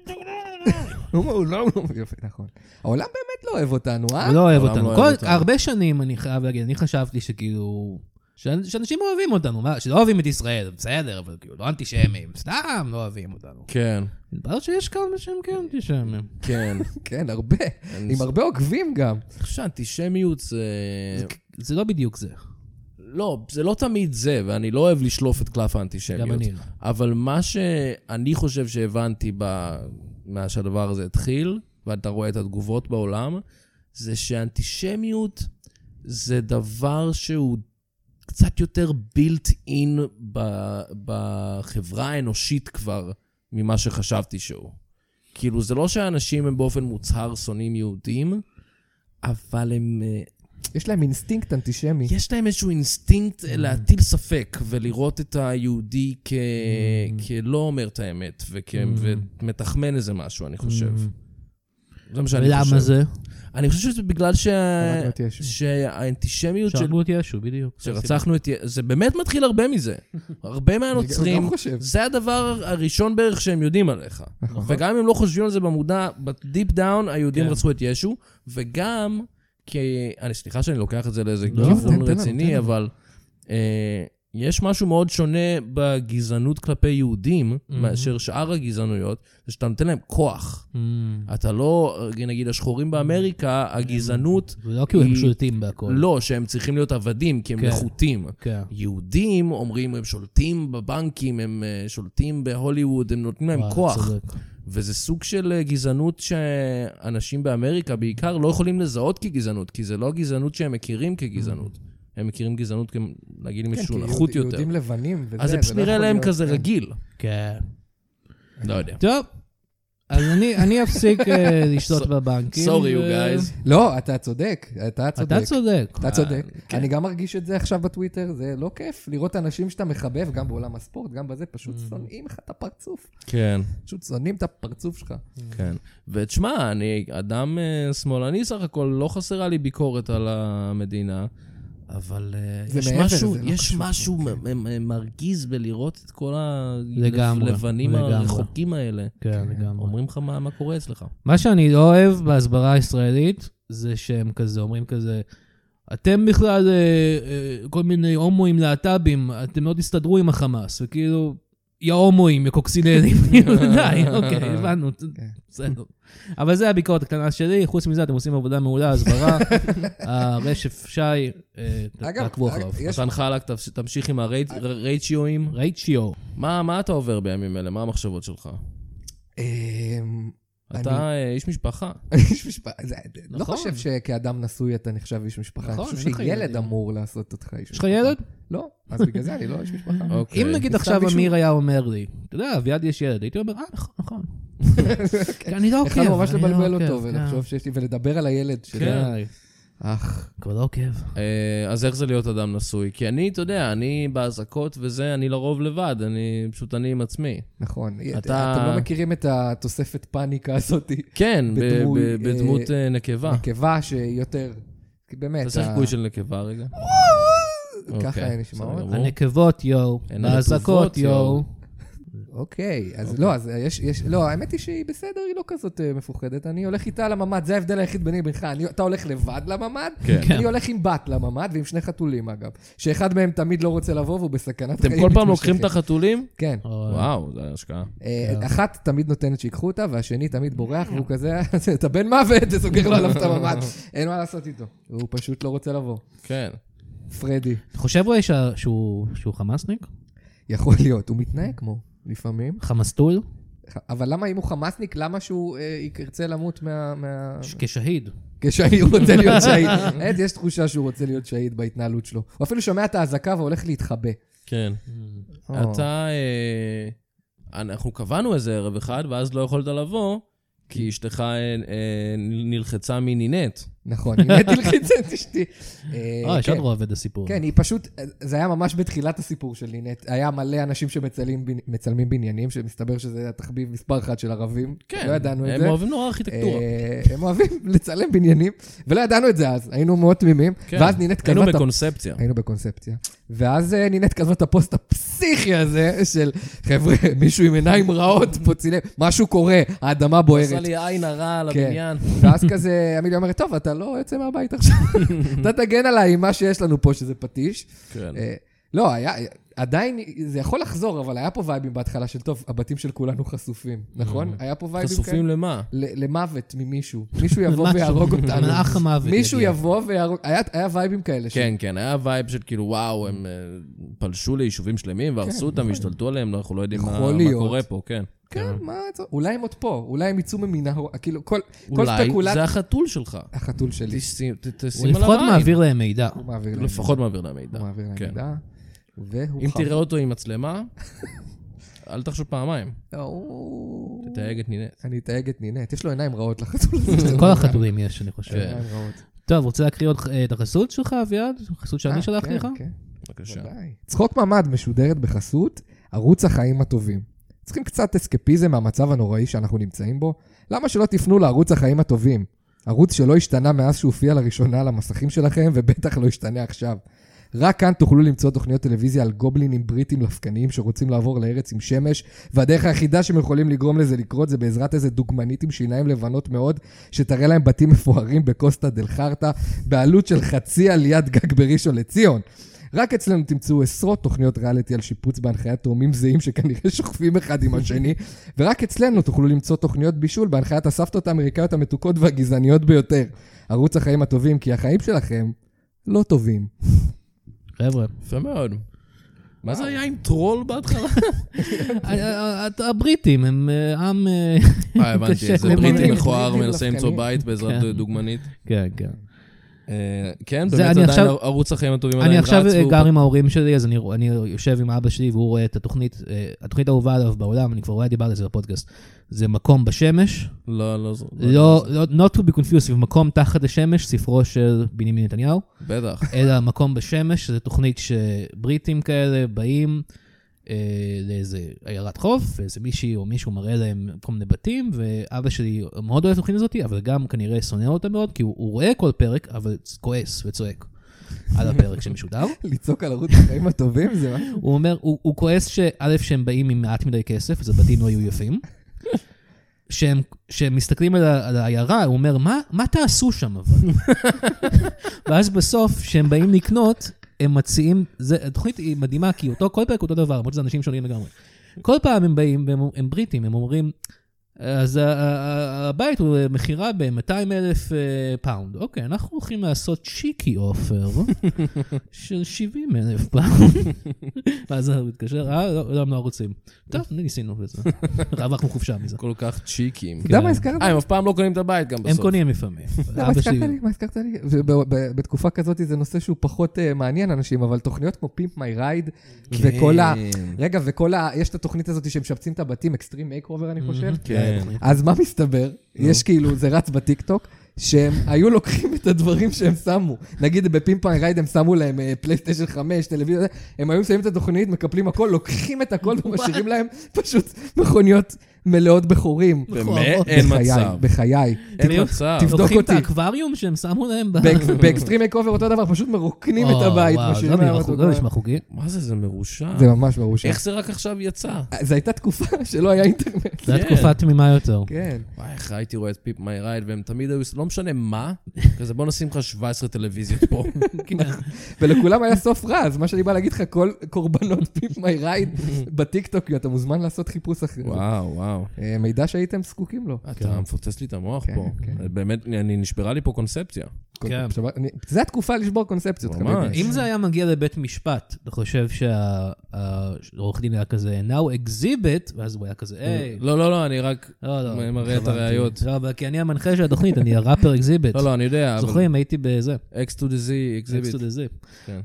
העולם לא... יופי, נכון. העולם באמת לא אוהב אותנו, אה? הוא לא אוהב העולם אותנו. לא כל- אוהב אותנו. הרבה שנים, אני חייב להגיד, אני חשבתי שכאילו... ש- שאנשים אוהבים אותנו, מה? שלא אוהבים את ישראל, בסדר, אבל כאילו, לא אנטישמים, סתם לא אוהבים אותנו. כן, מתברר שיש כמה שהם כן אנטישמים. כן. כן, הרבה. אני עם הרבה עוקבים גם. אני חושב שאנטישמיות זה... זה לא בדיוק זה. לא, זה לא תמיד זה, ואני לא אוהב לשלוף את קלף האנטישמיות. גם אני לא. אבל מה שאני חושב שהבנתי ב... מה שהדבר הזה התחיל, ואתה רואה את התגובות בעולם, זה שאנטישמיות זה דבר שהוא קצת יותר built in ב... בחברה האנושית כבר, ממה שחשבתי שהוא. כאילו, זה לא שהאנשים הם באופן מוצהר שונאים יהודים, אבל הם... יש להם אינסטינקט אנטישמי. יש להם איזשהו אינסטינקט להטיל ספק ולראות את היהודי כ... כלא אומר את האמת וכ... ומתחמן איזה משהו, אני חושב. זה מה שאני חושב. ולמה זה? אני חושב שזה בגלל שהאנטישמיות של... שרגנו את ישו, בדיוק. שרצחנו את ישו, זה באמת מתחיל הרבה מזה. הרבה מהנוצרים, זה הדבר הראשון בערך שהם יודעים עליך. וגם אם הם לא חושבים על זה במודע, בדיפ דאון, היהודים רצחו את ישו, וגם, כי, אני סליחה שאני לוקח את זה לאיזה כיוון רציני, אבל יש משהו מאוד שונה בגזענות כלפי יהודים, מאשר שאר הגזענויות, זה שאתה נותן להם כוח. אתה לא, נגיד, השחורים באמריקה, הגזענות... לא כי הם שולטים בהכל. לא, שהם צריכים להיות עבדים, כי הם נחותים. יהודים אומרים, הם שולטים בבנקים, הם שולטים בהוליווד, הם נותנים להם כוח. וזה סוג של גזענות שאנשים באמריקה בעיקר לא יכולים לזהות כגזענות, כי זה לא גזענות שהם מכירים כגזענות. הם מכירים גזענות, נגיד עם איזשהו נחות יותר. יהודים לבנים וזה. אז זה פשוט נראה להם כזה רגיל. כן. לא יודע. טוב, אז אני אפסיק לשתות בבנקים. סורי, you guys. לא, אתה צודק. אתה צודק. אתה צודק. אתה צודק. אני גם מרגיש את זה עכשיו בטוויטר, זה לא כיף לראות אנשים שאתה מחבב, גם בעולם הספורט, גם בזה, פשוט שונאים לך את הפרצוף. כן. פשוט שונאים את הפרצוף שלך. כן. ותשמע, אני אדם שמאלני סך הכל, לא חסרה לי ביקורת על המדינה. אבל יש משהו, יש משהו מרגיז בלראות את כל הלבנים הרחוקים האלה. כן, לגמרי. אומרים לך מה קורה אצלך. מה שאני לא אוהב בהסברה הישראלית, זה שהם כזה, אומרים כזה, אתם בכלל כל מיני הומואים להט"בים, אתם לא תסתדרו עם החמאס, וכאילו, יא הומואים, יא קוקסינלים, די, אוקיי, הבנו, בסדר. אבל זה הביקורת הקטנה שלי, חוץ מזה אתם עושים עבודה מעולה, הסברה, הרשף שי, תעקבו אחריו. אתה הנחלק, תמשיך עם הרייצ'יואים. רייצ'יו. מה אתה עובר בימים אלה? מה המחשבות שלך? אתה איש משפחה. איש משפחה. לא חושב שכאדם נשוי אתה נחשב איש משפחה. אני חושב שילד אמור לעשות אותך איש משפחה. יש לך ילד? לא, אז בגלל זה אני לא איש משפחה. אם נגיד עכשיו אמיר היה אומר לי, אתה יודע, אביעד יש ילד, הייתי אומר, אה, נכון, נכון. אני לא עוקב. יכולנו ממש לבלבל אותו ולחשוב שיש לי, ולדבר על הילד שלי. אך. כבר לא עוקב. אז איך זה להיות אדם נשוי? כי אני, אתה יודע, אני בהזקות וזה, אני לרוב לבד, אני פשוט אני עם עצמי. נכון. אתם לא מכירים את התוספת פאניקה הזאת? כן, בדמות נקבה. נקבה שיותר, באמת. תעשה חיקוי של נקבה רגע. ככה הן נשמעות. הנקבות יו, בהזקות יו. אוקיי, אז לא, אז יש, יש, לא, האמת היא שהיא בסדר, היא לא כזאת מפוחדת. אני הולך איתה לממד, זה ההבדל היחיד ביני ובינך. אתה הולך לבד לממד, אני הולך עם בת לממד, ועם שני חתולים אגב. שאחד מהם תמיד לא רוצה לבוא, והוא בסכנת חיים. אתם כל פעם לוקחים את החתולים? כן. וואו, זה השקעה. אחת תמיד נותנת שיקחו אותה, והשני תמיד בורח, והוא כזה, אתה בן מוות, זה סוגר לו עליו את הממד. אין מה לעשות איתו. הוא פשוט לא רוצה לבוא. כן. פרדי. אתה חושב אולי שהוא חמאסניק? יכול להיות, הוא מתנהג כמו. לפעמים. חמאסטול? אבל למה אם הוא חמאסניק, למה שהוא ירצה למות מה... כשהיד. כשהיד, הוא רוצה להיות שהיד. עד, יש תחושה שהוא רוצה להיות שהיד בהתנהלות שלו. הוא אפילו שומע את ההזקה והולך להתחבא. כן. אתה... אנחנו קבענו איזה ערב אחד, ואז לא יכולת לבוא, כי אשתך נלחצה מנינט. נכון, נינט נלחצה את אשתי. אה, יש עוד רועבד הסיפור. כן, היא פשוט, זה היה ממש בתחילת הסיפור של נינט. היה מלא אנשים שמצלמים בניינים, שמסתבר שזה התחביב מספר אחד של ערבים. כן, לא ידענו את זה. הם אוהבים נורא ארכיטקטורה. הם אוהבים לצלם בניינים, ולא ידענו את זה אז. היינו מאוד תמימים. ואז נינט כתבה... היינו בקונספציה. היינו בקונספציה. ואז נינט כתבה את הפוסט הפסיכי הזה, של חבר'ה, מישהו עם עיניים רעות פה צילם, משהו קורה, האדמה בוערת. עשה לי עין הרע על הבניין. ואז כזה, אמיליה אומרת, טוב, אתה לא יוצא מהבית עכשיו. אתה תגן עליי עם מה שיש לנו פה, שזה פטיש. כן. לא, היה, עדיין, זה יכול לחזור, אבל היה פה וייבים בהתחלה של טוב, הבתים של כולנו חשופים, נכון? היה פה וייבים כאלה. חשופים למה? למוות ממישהו. מישהו יבוא ויהרוג אותנו. מלאך המוות. מישהו יבוא ויהרוג, היה וייבים כאלה. כן, כן, היה וייב של כאילו, וואו, הם פלשו ליישובים שלמים, והרסו אותם, השתלטו עליהם, אנחנו לא יודעים מה קורה פה, כן. כן, מה, אולי הם עוד פה, אולי הם יצאו ממנהר, כאילו, כל ספקולציה... אולי זה החתול שלך. החתול שלי. תשים הוא לפחות מעביר להם מידע. לפחות מעביר להם מידע. הוא מעביר להם מידע. אם תראה אותו עם מצלמה, אל תחשוב פעמיים. תתייג את נינט. אני אתייג את נינט. יש לו עיניים רעות לחתול. כל החתולים יש, אני חושב. טוב, רוצה להקריא עוד את החסות שלך, אביעד? החסות שאני שלחתי לך? כן, בבקשה. צחוק ממ"ד משודרת בחסות ערוץ החיים הטובים. צריכים קצת אסקפיזם מהמצב הנוראי שאנחנו נמצאים בו? למה שלא תפנו לערוץ החיים הטובים? ערוץ שלא השתנה מאז שהופיע לראשונה על המסכים שלכם, ובטח לא השתנה עכשיו. רק כאן תוכלו למצוא תוכניות טלוויזיה על גובלינים בריטים לפקניים שרוצים לעבור לארץ עם שמש, והדרך היחידה שהם יכולים לגרום לזה לקרות זה בעזרת איזה דוגמנית עם שיניים לבנות מאוד, שתראה להם בתים מפוארים בקוסטה דל חרטה, בעלות של חצי עליית גג בראשון לציון. רק אצלנו תמצאו עשרות תוכניות ריאליטי על שיפוץ בהנחיית תאומים זהים שכנראה שוכבים אחד עם השני, ורק אצלנו תוכלו למצוא תוכניות בישול בהנחיית הסבתות האמריקאיות המתוקות והגזעניות ביותר. ערוץ החיים הטובים, כי החיים שלכם לא טובים. חבר'ה. יפה מאוד. מה זה היה עם טרול בהתחלה? הבריטים הם עם... אה, הבנתי, זה בריטים מכוער, מנסה למצוא בית בעזרת דוגמנית. כן, כן. כן, באמת עדיין ערוץ החיים הטובים עדיין רץ. אני עכשיו גר עם ההורים שלי, אז אני יושב עם אבא שלי, והוא רואה את התוכנית, התוכנית האהובה עליו בעולם, אני כבר רואה דיבר על זה בפודקאסט. זה מקום בשמש. לא, לא. לא, not to be confused, מקום תחת השמש, ספרו של בנימין נתניהו. בטח. אלא מקום בשמש, זו תוכנית שבריטים כאלה באים לאיזה עיירת חוף, ואיזה מישהי או מישהו מראה להם כל מיני בתים, ואבא שלי מאוד אוהב את התוכנית הזאת, אבל גם כנראה שונא אותה מאוד, כי הוא, הוא רואה כל פרק, אבל כועס וצועק על הפרק שמשודר. לצעוק על ערוץ החיים הטובים, זה מה? הוא אומר, הוא, הוא כועס שא' שהם באים עם מעט מדי כסף, אז הבתים לא יהיו יפים. שהם, שהם מסתכלים על, על העיירה, הוא אומר, מה, מה תעשו שם אבל? ואז בסוף, שהם באים לקנות, הם מציעים, התוכנית היא מדהימה, כי אותו, כל פרק אותו דבר, למרות שזה אנשים שונים לגמרי. כל פעם הם באים, והם, הם בריטים, הם אומרים, אז הבית הוא מחירה ב-מאתיים אלף פאונד. אוקיי, אנחנו הולכים לעשות צ'יקי אופר של שבעים אלף פאונד. ואז הוא מתקשר, אה, לא, הם לא רוצים. טוב, ניסינו בזה. רווחנו חופשה מזה. כל כך צ'יקים. אתה יודע מה הזכרת? אה, הם אף פעם לא קונים את הבית גם בסוף. הם קונים לפעמים. מה הזכרת לי? מה הזכרת לי? בתקופה כזאת זה נושא שהוא פחות מעניין אנשים, אבל תוכניות כמו פימפ מיי רייד, וכל ה... רגע, וכל ה... יש את התוכנית הזאת שמשפצים את הבתים, אקסטרים מייק אובר, אני חושב. אז מה מסתבר? יש כאילו, זה רץ בטיקטוק, שהם היו לוקחים את הדברים שהם שמו. נגיד בפימפ מיי רייד הם שמו להם פלייסטיישן חמש, טלוויזיה, הם היו מסיימים את התוכנית, מקפלים הכל, לוקחים את הכל ומשאירים להם פשוט מכוניות מלאות בחורים. באמת? אין מצב. בחיי. אין מצב. תבדוק אותי. לוקחים את האקווריום שהם שמו להם באקסטרים מייק אובר אותו דבר, פשוט מרוקנים את הבית. לא נשמע חוקי. מה זה? זה מרושע. זה ממש מרושע. איך זה רק עכשיו יצא? זו הייתה תקופה שלא היה אינטרנט. זו הייתה תקופה תמימה יותר. כן. וואי, איך הייתי רואה את פיפ מיי רייד, והם תמיד היו, לא משנה מה, כזה בוא נשים לך שבע עשרה טלוויזיות פה. ולכולם היה סוף רע, אז מה שאני בא להגיד לך, כל קורבנות פיפ מיי רייד בטיקטוק, אתה מוזמן לעשות חיפוש אחרי זה. וואו, וואו. מידע שהייתם זקוקים לו. אתה מפוצץ לי את המוח פה. באמת, אני נשברה לי פה קונספציה. זה התקופה לשבור קונספציות. אם זה היה מגיע לבית משפט, אתה חושב שהעורך דין היה כזה, now exhibit, ואז הוא היה כזה, היי. לא, לא, לא, אני רק מראה את הראיות. לא, כי אני המנחה של התוכנית, אני הראפר exhibit. לא, לא, אני יודע. זוכרים, הייתי בזה. X to the Z, exhibit. X to the Z. כן.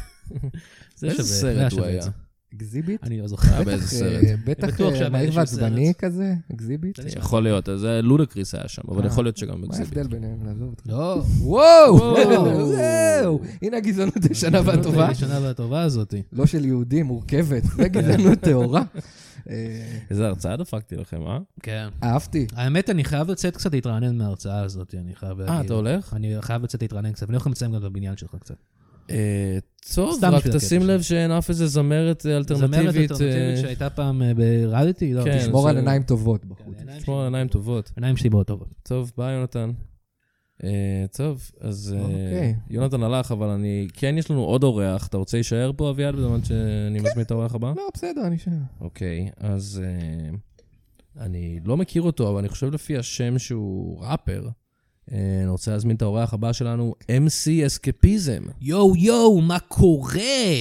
איזה סרט הוא היה? אקזיביט? אני לא זוכר. באיזה סרט. בטח מהיר ועצבני כזה, אקזיביט. יכול להיות, זה לודקריס היה שם, אבל יכול להיות שגם אקזיביט. מה ההבדל ביניהם? לעזוב אותך. לא. וואו! זהו! הנה הגזענות הישנה והטובה. הישנה והטובה הזאת. לא של יהודים, מורכבת. זה גזענות טהורה. איזה הרצאה דפקתי לכם, אה? כן. אהבתי. האמת, אני חייב לצאת קצת להתרענן מההרצאה הזאת, אני חייב להגיד. אה, אתה הולך? אני חייב לצאת להתרענן קצת, ואני הולך למצאים גם בבניין שלך קצת. טוב, רק תשים לב שאין אף איזה זמרת אלטרנטיבית. זמרת אלטרנטיבית שהייתה פעם בריאליטי, לא? תשמור על עיניים טובות. תשמור על עיניים טובות. עיניים שלי מאוד טובות. טוב, ביי יונתן. טוב, אז יונתן הלך, אבל אני, כן יש לנו עוד אורח. אתה רוצה להישאר פה, אביעד, בזמן שאני מזמין את האורח הבא? לא, בסדר, אני אשאר. אוקיי, אז אני לא מכיר אותו, אבל אני חושב לפי השם שהוא ראפר. אני רוצה להזמין את האורח הבא שלנו, אם סי אסקפיזם. יו, יו, מה קורה?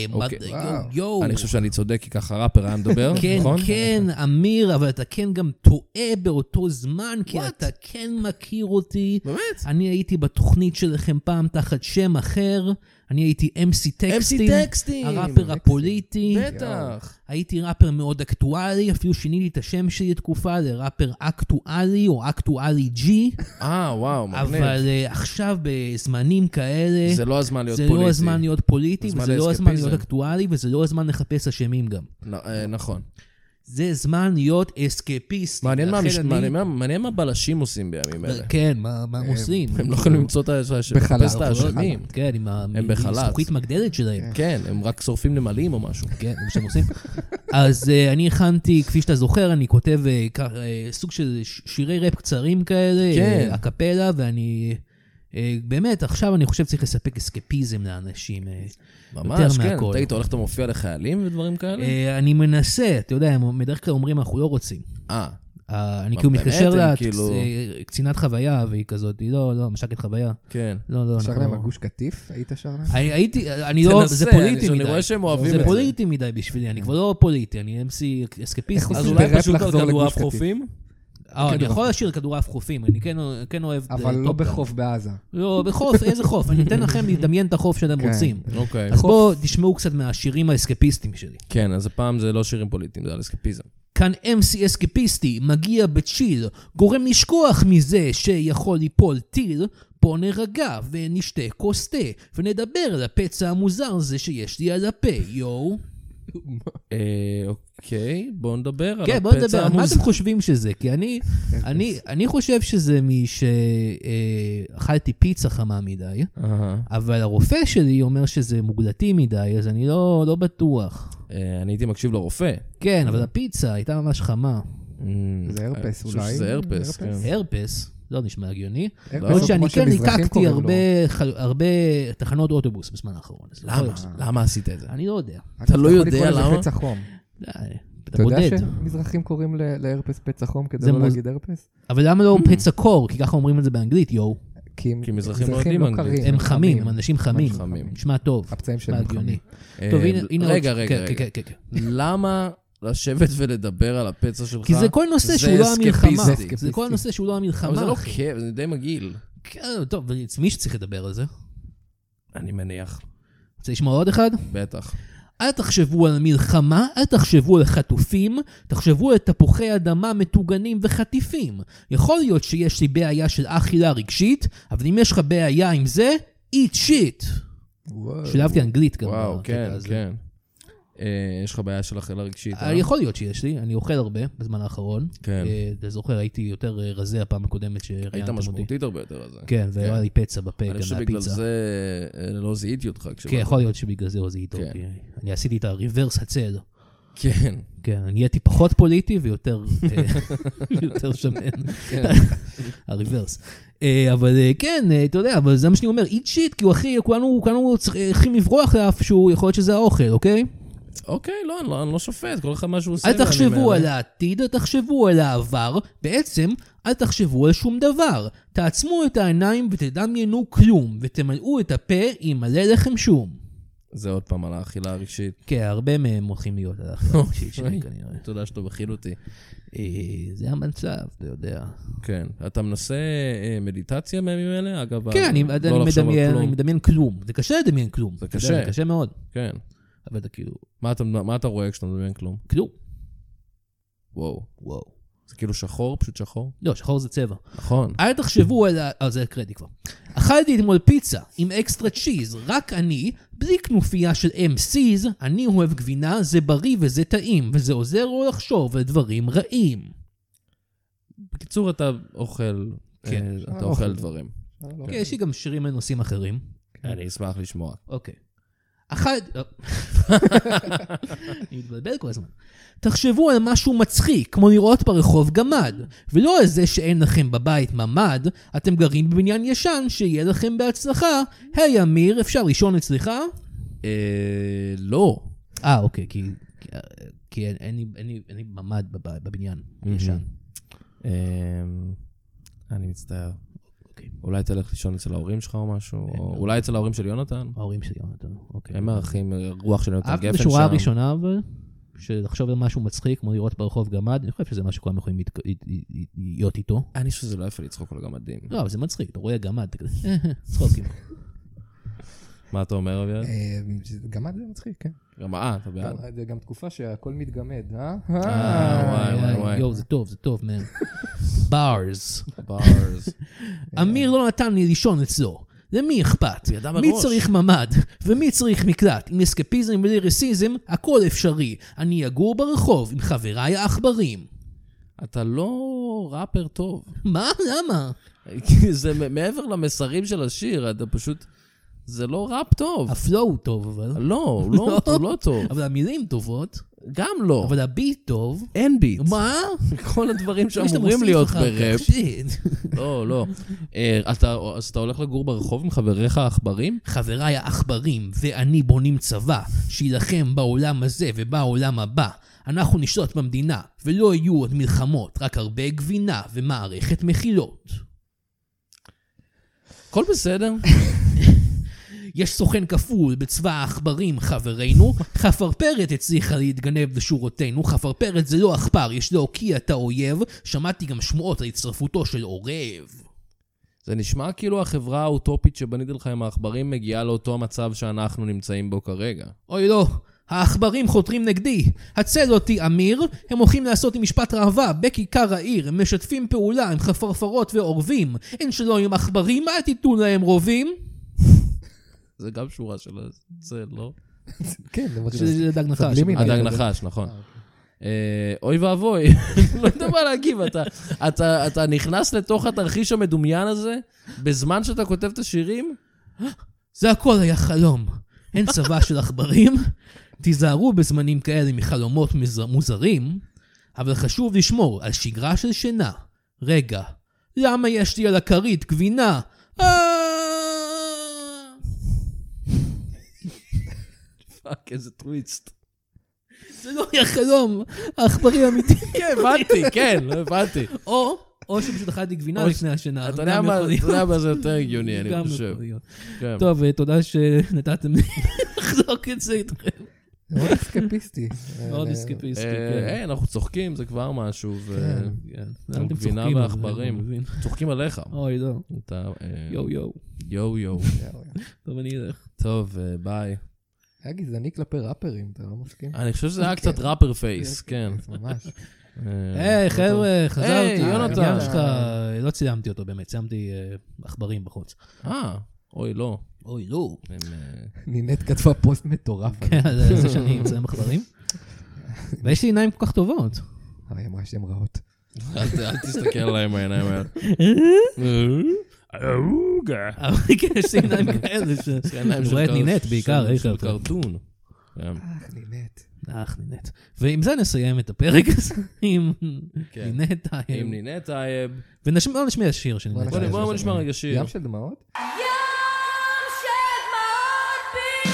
יו, אני חושב שאני צודק, כי ככה ראפר היה מדבר, נכון? כן, כן, אמיר, אבל אתה כן גם טועה באותו זמן, כי אתה כן מכיר אותי. באמת? אני הייתי בתוכנית שלכם פעם תחת שם אחר, אני הייתי אם סי טקסטים, הראפר הפוליטי. בטח. הייתי ראפר מאוד אקטואלי, אפילו שיניתי את השם שלי תקופה לראפר אקטואלי או אקטואלי ג'י. אה, וואו, מגניב. אבל עכשיו בזמנים כאלה, זה לא הזמן להיות זה פוליטי. לא הזמן להיות פוליטי, וזה לא הזמן להיות אקטואלי, וזה לא הזמן לחפש אשמים גם. נכון. זה זמן להיות אסקפיסטי. מעניין מה בלשים עושים בימים אלה. כן, מה הם עושים. הם לא יכולים למצוא את האשמים. כן, עם הזכוכית מגדלת שלהם. כן, הם רק שורפים נמלים או משהו. כן, זה מה שהם עושים. אז אני הכנתי, כפי שאתה זוכר, אני כותב סוג של שירי רפ קצרים כאלה, הקפלה, ואני... באמת, עכשיו אני חושב צריך לספק אסקפיזם לאנשים. ממש, כן. אתה היית הולך, אתה מופיע לחיילים ודברים כאלה? אני מנסה, אתה יודע, הם בדרך כלל אומרים, אנחנו לא רוצים. אה. אני כאילו מתקשר לקצינת חוויה, והיא כזאת, היא לא, לא, משקת חוויה. כן. לא, לא. שר להם הגוש כתיף? היית שר להם? הייתי, אני לא, זה פוליטי מדי. אני רואה שהם אוהבים את זה. זה פוליטי מדי בשבילי, אני כבר לא פוליטי, אני אמסי אסקפיסט. אז אולי פשוט על כדורעף חופים? אני יכול לשיר כדורעף חופים, אני כן אוהב... אבל לא בחוף בעזה. לא, בחוף, איזה חוף? אני אתן לכם לדמיין את החוף שאתם רוצים. אז בואו תשמעו קצת מהשירים האסקפיסטיים שלי. כן, אז הפעם זה לא שירים פוליטיים, זה על אסקפיזם. כאן אם סי אסקפיסטי מגיע בצ'יל, גורם לשכוח מזה שיכול ליפול טיל, פה נרגע ונשתה כוס תה, ונדבר על הפצע המוזר הזה שיש לי על הפה, יואו. אוקיי, בואו נדבר על הפצע המוזר. כן, בואו נדבר, מה אתם חושבים שזה? כי אני חושב שזה מי שאכלתי פיצה חמה מדי, אבל הרופא שלי אומר שזה מוגלתי מדי, אז אני לא בטוח. אני הייתי מקשיב לרופא. כן, אבל הפיצה הייתה ממש חמה. זה הרפס אולי. זה הרפס, כן. הרפס? לא נשמע הגיוני. עוד שאני כן ניקקתי הרבה תחנות אוטובוס בזמן האחרון. למה? למה עשית את זה? אני לא יודע. אתה לא יודע למה? פצע חום. אתה יודע שמזרחים קוראים להרפס פצע חום כדי לא להגיד הרפס? אבל למה לא פצע קור? כי ככה אומרים את זה באנגלית, יואו. כי מזרחים לא יודעים אנגלית. הם חמים, הם אנשים חמים. נשמע טוב. הפצעים שלהם חמים. רגע, רגע, רגע. למה... לשבת ולדבר על הפצע שלך. כי זה כל נושא שהוא לא המלחמה. זה כל נושא שהוא לא המלחמה. אבל זה לא כיף, זה די מגעיל. כן, טוב, מי שצריך לדבר על זה? אני מניח. רוצה לשמוע עוד אחד? בטח. אל תחשבו על מלחמה, אל תחשבו על חטופים, תחשבו על תפוחי אדמה מטוגנים וחטיפים. יכול להיות שיש לי בעיה של אכילה רגשית, אבל אם יש לך בעיה עם זה, eat shit. שלבתי אנגלית גם. וואו, כן, כן. יש לך בעיה של אכילה רגשית? יכול להיות שיש לי, אני אוכל הרבה בזמן האחרון. כן. אתה זוכר, הייתי יותר רזה הפעם הקודמת שראיינתם אותי. היית משמעותית הרבה יותר רזה. כן, והיה לי פצע בפה גם מהפיצה. אני חושב שבגלל זה לא זיהיתי אותך. כן, יכול להיות שבגלל זה לא זיהית אותי. אני עשיתי את הריברס הצל. כן. כן, אני הייתי פחות פוליטי ויותר שמן. הריברס. אבל כן, אתה יודע, אבל זה מה שאני אומר, eat shit, כי אחי, כולנו צריכים לברוח לאיפשהו, יכול להיות שזה האוכל, אוקיי? אוקיי, לא, אני לא שופט, כל אחד מה שהוא עושה. אל תחשבו על העתיד, אל תחשבו על העבר, בעצם אל תחשבו על שום דבר. תעצמו את העיניים ותדמיינו כלום, ותמלאו את הפה עם מלא לחם שום. זה עוד פעם על האכילה הרגשית. כן, הרבה מהם הולכים להיות על האכילה הרגשית שלי כנראה. תודה שאתה בכיל אותי. זה המצב, אתה יודע. כן, אתה מנסה מדיטציה בימים אלה? אגב, כן, אני מדמיין כלום. זה קשה לדמיין כלום. זה קשה. זה קשה מאוד. כן. אבל אתה כאילו... מה אתה, מה אתה רואה כשאתה מדמיין כלום? כלום. וואו. וואו. זה כאילו שחור, פשוט שחור? לא, שחור זה צבע. נכון. אל תחשבו על... אה, זה הקראתי כבר. אכלתי אתמול פיצה עם אקסטרה צ'יז, רק אני, בלי כנופיה של אם סיז, אני אוהב גבינה, זה בריא וזה טעים, וזה עוזר לו לחשוב על דברים רעים. בקיצור, אתה אוכל... כן. אתה אוכל דברים. כן, יש לי גם שירים לנושאים אחרים. אני אשמח לשמוע. אוקיי. אחד... אני מתבלבל כל הזמן. תחשבו על משהו מצחיק, כמו לראות ברחוב גמד, ולא על זה שאין לכם בבית ממד, אתם גרים בבניין ישן, שיהיה לכם בהצלחה. היי אמיר, אפשר לישון אצלך? אה... לא. אה, אוקיי, כי אין לי ממד בבניין ישן. אני מצטער. אולי תלך לישון אצל ההורים שלך או משהו, או אולי אצל ההורים של יונתן? ההורים של יונתן, אוקיי. הם מארחים רוח של יונתן גפן שם. אהבת בשורה הראשונה, אבל, שלחשוב על משהו מצחיק, כמו לראות ברחוב גמד, אני חושב שזה משהו כולם יכולים להיות איתו. אני חושב שזה לא יפה לצחוק על הגמדים. לא, אבל זה מצחיק, אתה רואה גמד, אתה כזה, צחוקים. מה אתה אומר, אביעד? גמד זה מצחיק, כן. גם אה, אתה בעד. זה גם תקופה שהכל מתגמד, אה? וואי, וואי, וואי. יו, זה טוב, זה טוב, מן. בארז. בארז. אמיר לא נתן לי לישון אצלו. למי אכפת? מי צריך ממד? ומי צריך מקלט? עם אסקפיזם וליריסיזם, הכל אפשרי. אני אגור ברחוב עם חבריי האחברים. אתה לא ראפר טוב. מה? למה? זה מעבר למסרים של השיר, אתה פשוט... זה לא ראפ טוב. הפלואו הוא טוב, אבל... לא, הוא לא, הוא לא טוב. אבל המילים טובות. גם לא. אבל הביט טוב. אין ביט. מה? כל הדברים שאמורים להיות בראפ. לא, לא. אז אתה הולך לגור ברחוב עם חבריך האחברים? חבריי האחברים ואני בונים צבא, שילחם בעולם הזה ובעולם הבא. אנחנו נשלוט במדינה, ולא יהיו עוד מלחמות, רק הרבה גבינה ומערכת מחילות. הכל בסדר. יש סוכן כפול בצבא האחברים, חברינו. חפרפרת הצליחה להתגנב לשורותינו. חפרפרת זה לא אכפר, יש להוקיע את האויב. שמעתי גם שמועות על הצטרפותו של עורב. זה נשמע כאילו החברה האוטופית שבניתי לך עם האחברים מגיעה לאותו מצב שאנחנו נמצאים בו כרגע. אוי לא, האחברים חותרים נגדי. הצל אותי אמיר, הם הולכים לעשות עם משפט ראווה בכיכר העיר. הם משתפים פעולה עם חפרפרות ועורבים. אין שלא עם אחברים, אל תיתנו להם רובים. זה גם שורה של זה, לא? כן, זה דג נחש. הדג נחש, נכון. אוי ואבוי, לא יודע מה להגיב, אתה נכנס לתוך התרחיש המדומיין הזה, בזמן שאתה כותב את השירים? זה הכל היה חלום. אין צבא של עכברים, תיזהרו בזמנים כאלה מחלומות מוזרים, אבל חשוב לשמור על שגרה של שינה. רגע, למה יש לי על הכרית גבינה? פאק, איזה טוויסט. זה לא היה חלום, העכברים אמיתיים. כן, הבנתי, כן, לא הבנתי. או, או שפשוט אכלתי גבינה לפני השינה. אתה יודע מה זה יותר הגיוני, אני חושב. טוב, תודה שנתתם לי לחלוק את זה איתכם. מאוד אסקפיסטי. מאוד אסקפיסטי, כן. היי, אנחנו צוחקים, זה כבר משהו. גבינה ועכברים. צוחקים עליך. אוי, לא. יו, יו. יו, יו. טוב, אני אלך. טוב, ביי. היה גזעני כלפי ראפרים, אתה לא מסכים? אני חושב שזה היה קצת ראפר פייס, כן. ממש. היי, חבר'ה, חזרתי. היי, יונתן. לא צילמתי אותו באמת, צילמתי עכברים בחוץ. אה, אוי, לא. אוי, לא. נינט כתבה פוסט מטורף. כן, זה שאני מצלם עכברים. ויש לי עיניים כל כך טובות. היא אמרה שהן רעות. אל תסתכל עליהם העיניים האלה. אהוגה. אבל כן, יש לי עיניים כאלה. אני רואה את נינט בעיקר. של קרטון. אך, נינט. אך, נינט. ועם זה נסיים את הפרק הזה, עם נינט טייב. עם נינט טייב. ובואו נשמיע שיר של נינט טייב. בואו נשמע רגע שיר. ים של דמעות? ים של דמעות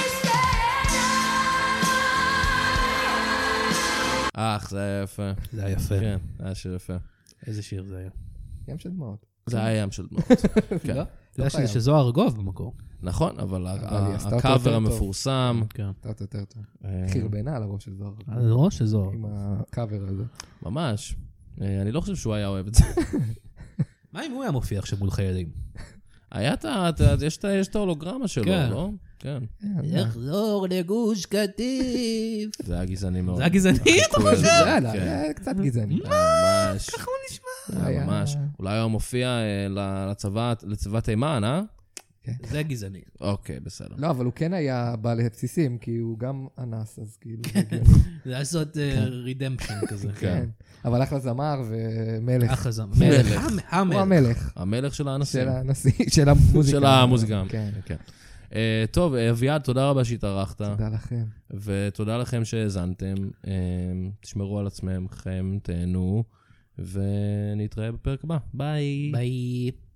בשתייה. אך, זה היה יפה. זה היה יפה. כן, זה היה שיר יפה. איזה שיר זה היה? ים של דמעות. זה היה ים של דמעות. לא? זה היה של זוהר ארגוב במקור. נכון, אבל הקאבר המפורסם. קצת יותר טוב. חרבנה על הראש של זוהר. על הראש של זוהר. עם הקאבר הזה. ממש. אני לא חושב שהוא היה אוהב את זה. מה אם הוא היה מופיע עכשיו מול חיילים? היה את, יש את ההולוגרמה שלו, לא? כן. לחזור לגוש קטיף. זה היה גזעני מאוד. זה היה גזעני, אתה חושב? זה היה קצת גזעני. ממש. ככה הוא נשמע. היה ממש. אולי הוא מופיע לצבא תימן, אה? זה גזעני. אוקיי, בסדר. לא, אבל הוא כן היה בעל הבסיסים, כי הוא גם אנס, אז כאילו... זה היה לעשות רידמפשן כזה. כן. אבל אחלה זמר ומלך. אחלה זמר. מלך. הוא המלך. המלך של האנסים. של הנשיא, של המוזיקה. של המוזיקה. כן. כן. טוב, אביעד, תודה רבה שהתארחת. תודה לכם. ותודה לכם שהאזנתם. תשמרו על עצמכם, תהנו, ונתראה בפרק הבא. ביי. ביי.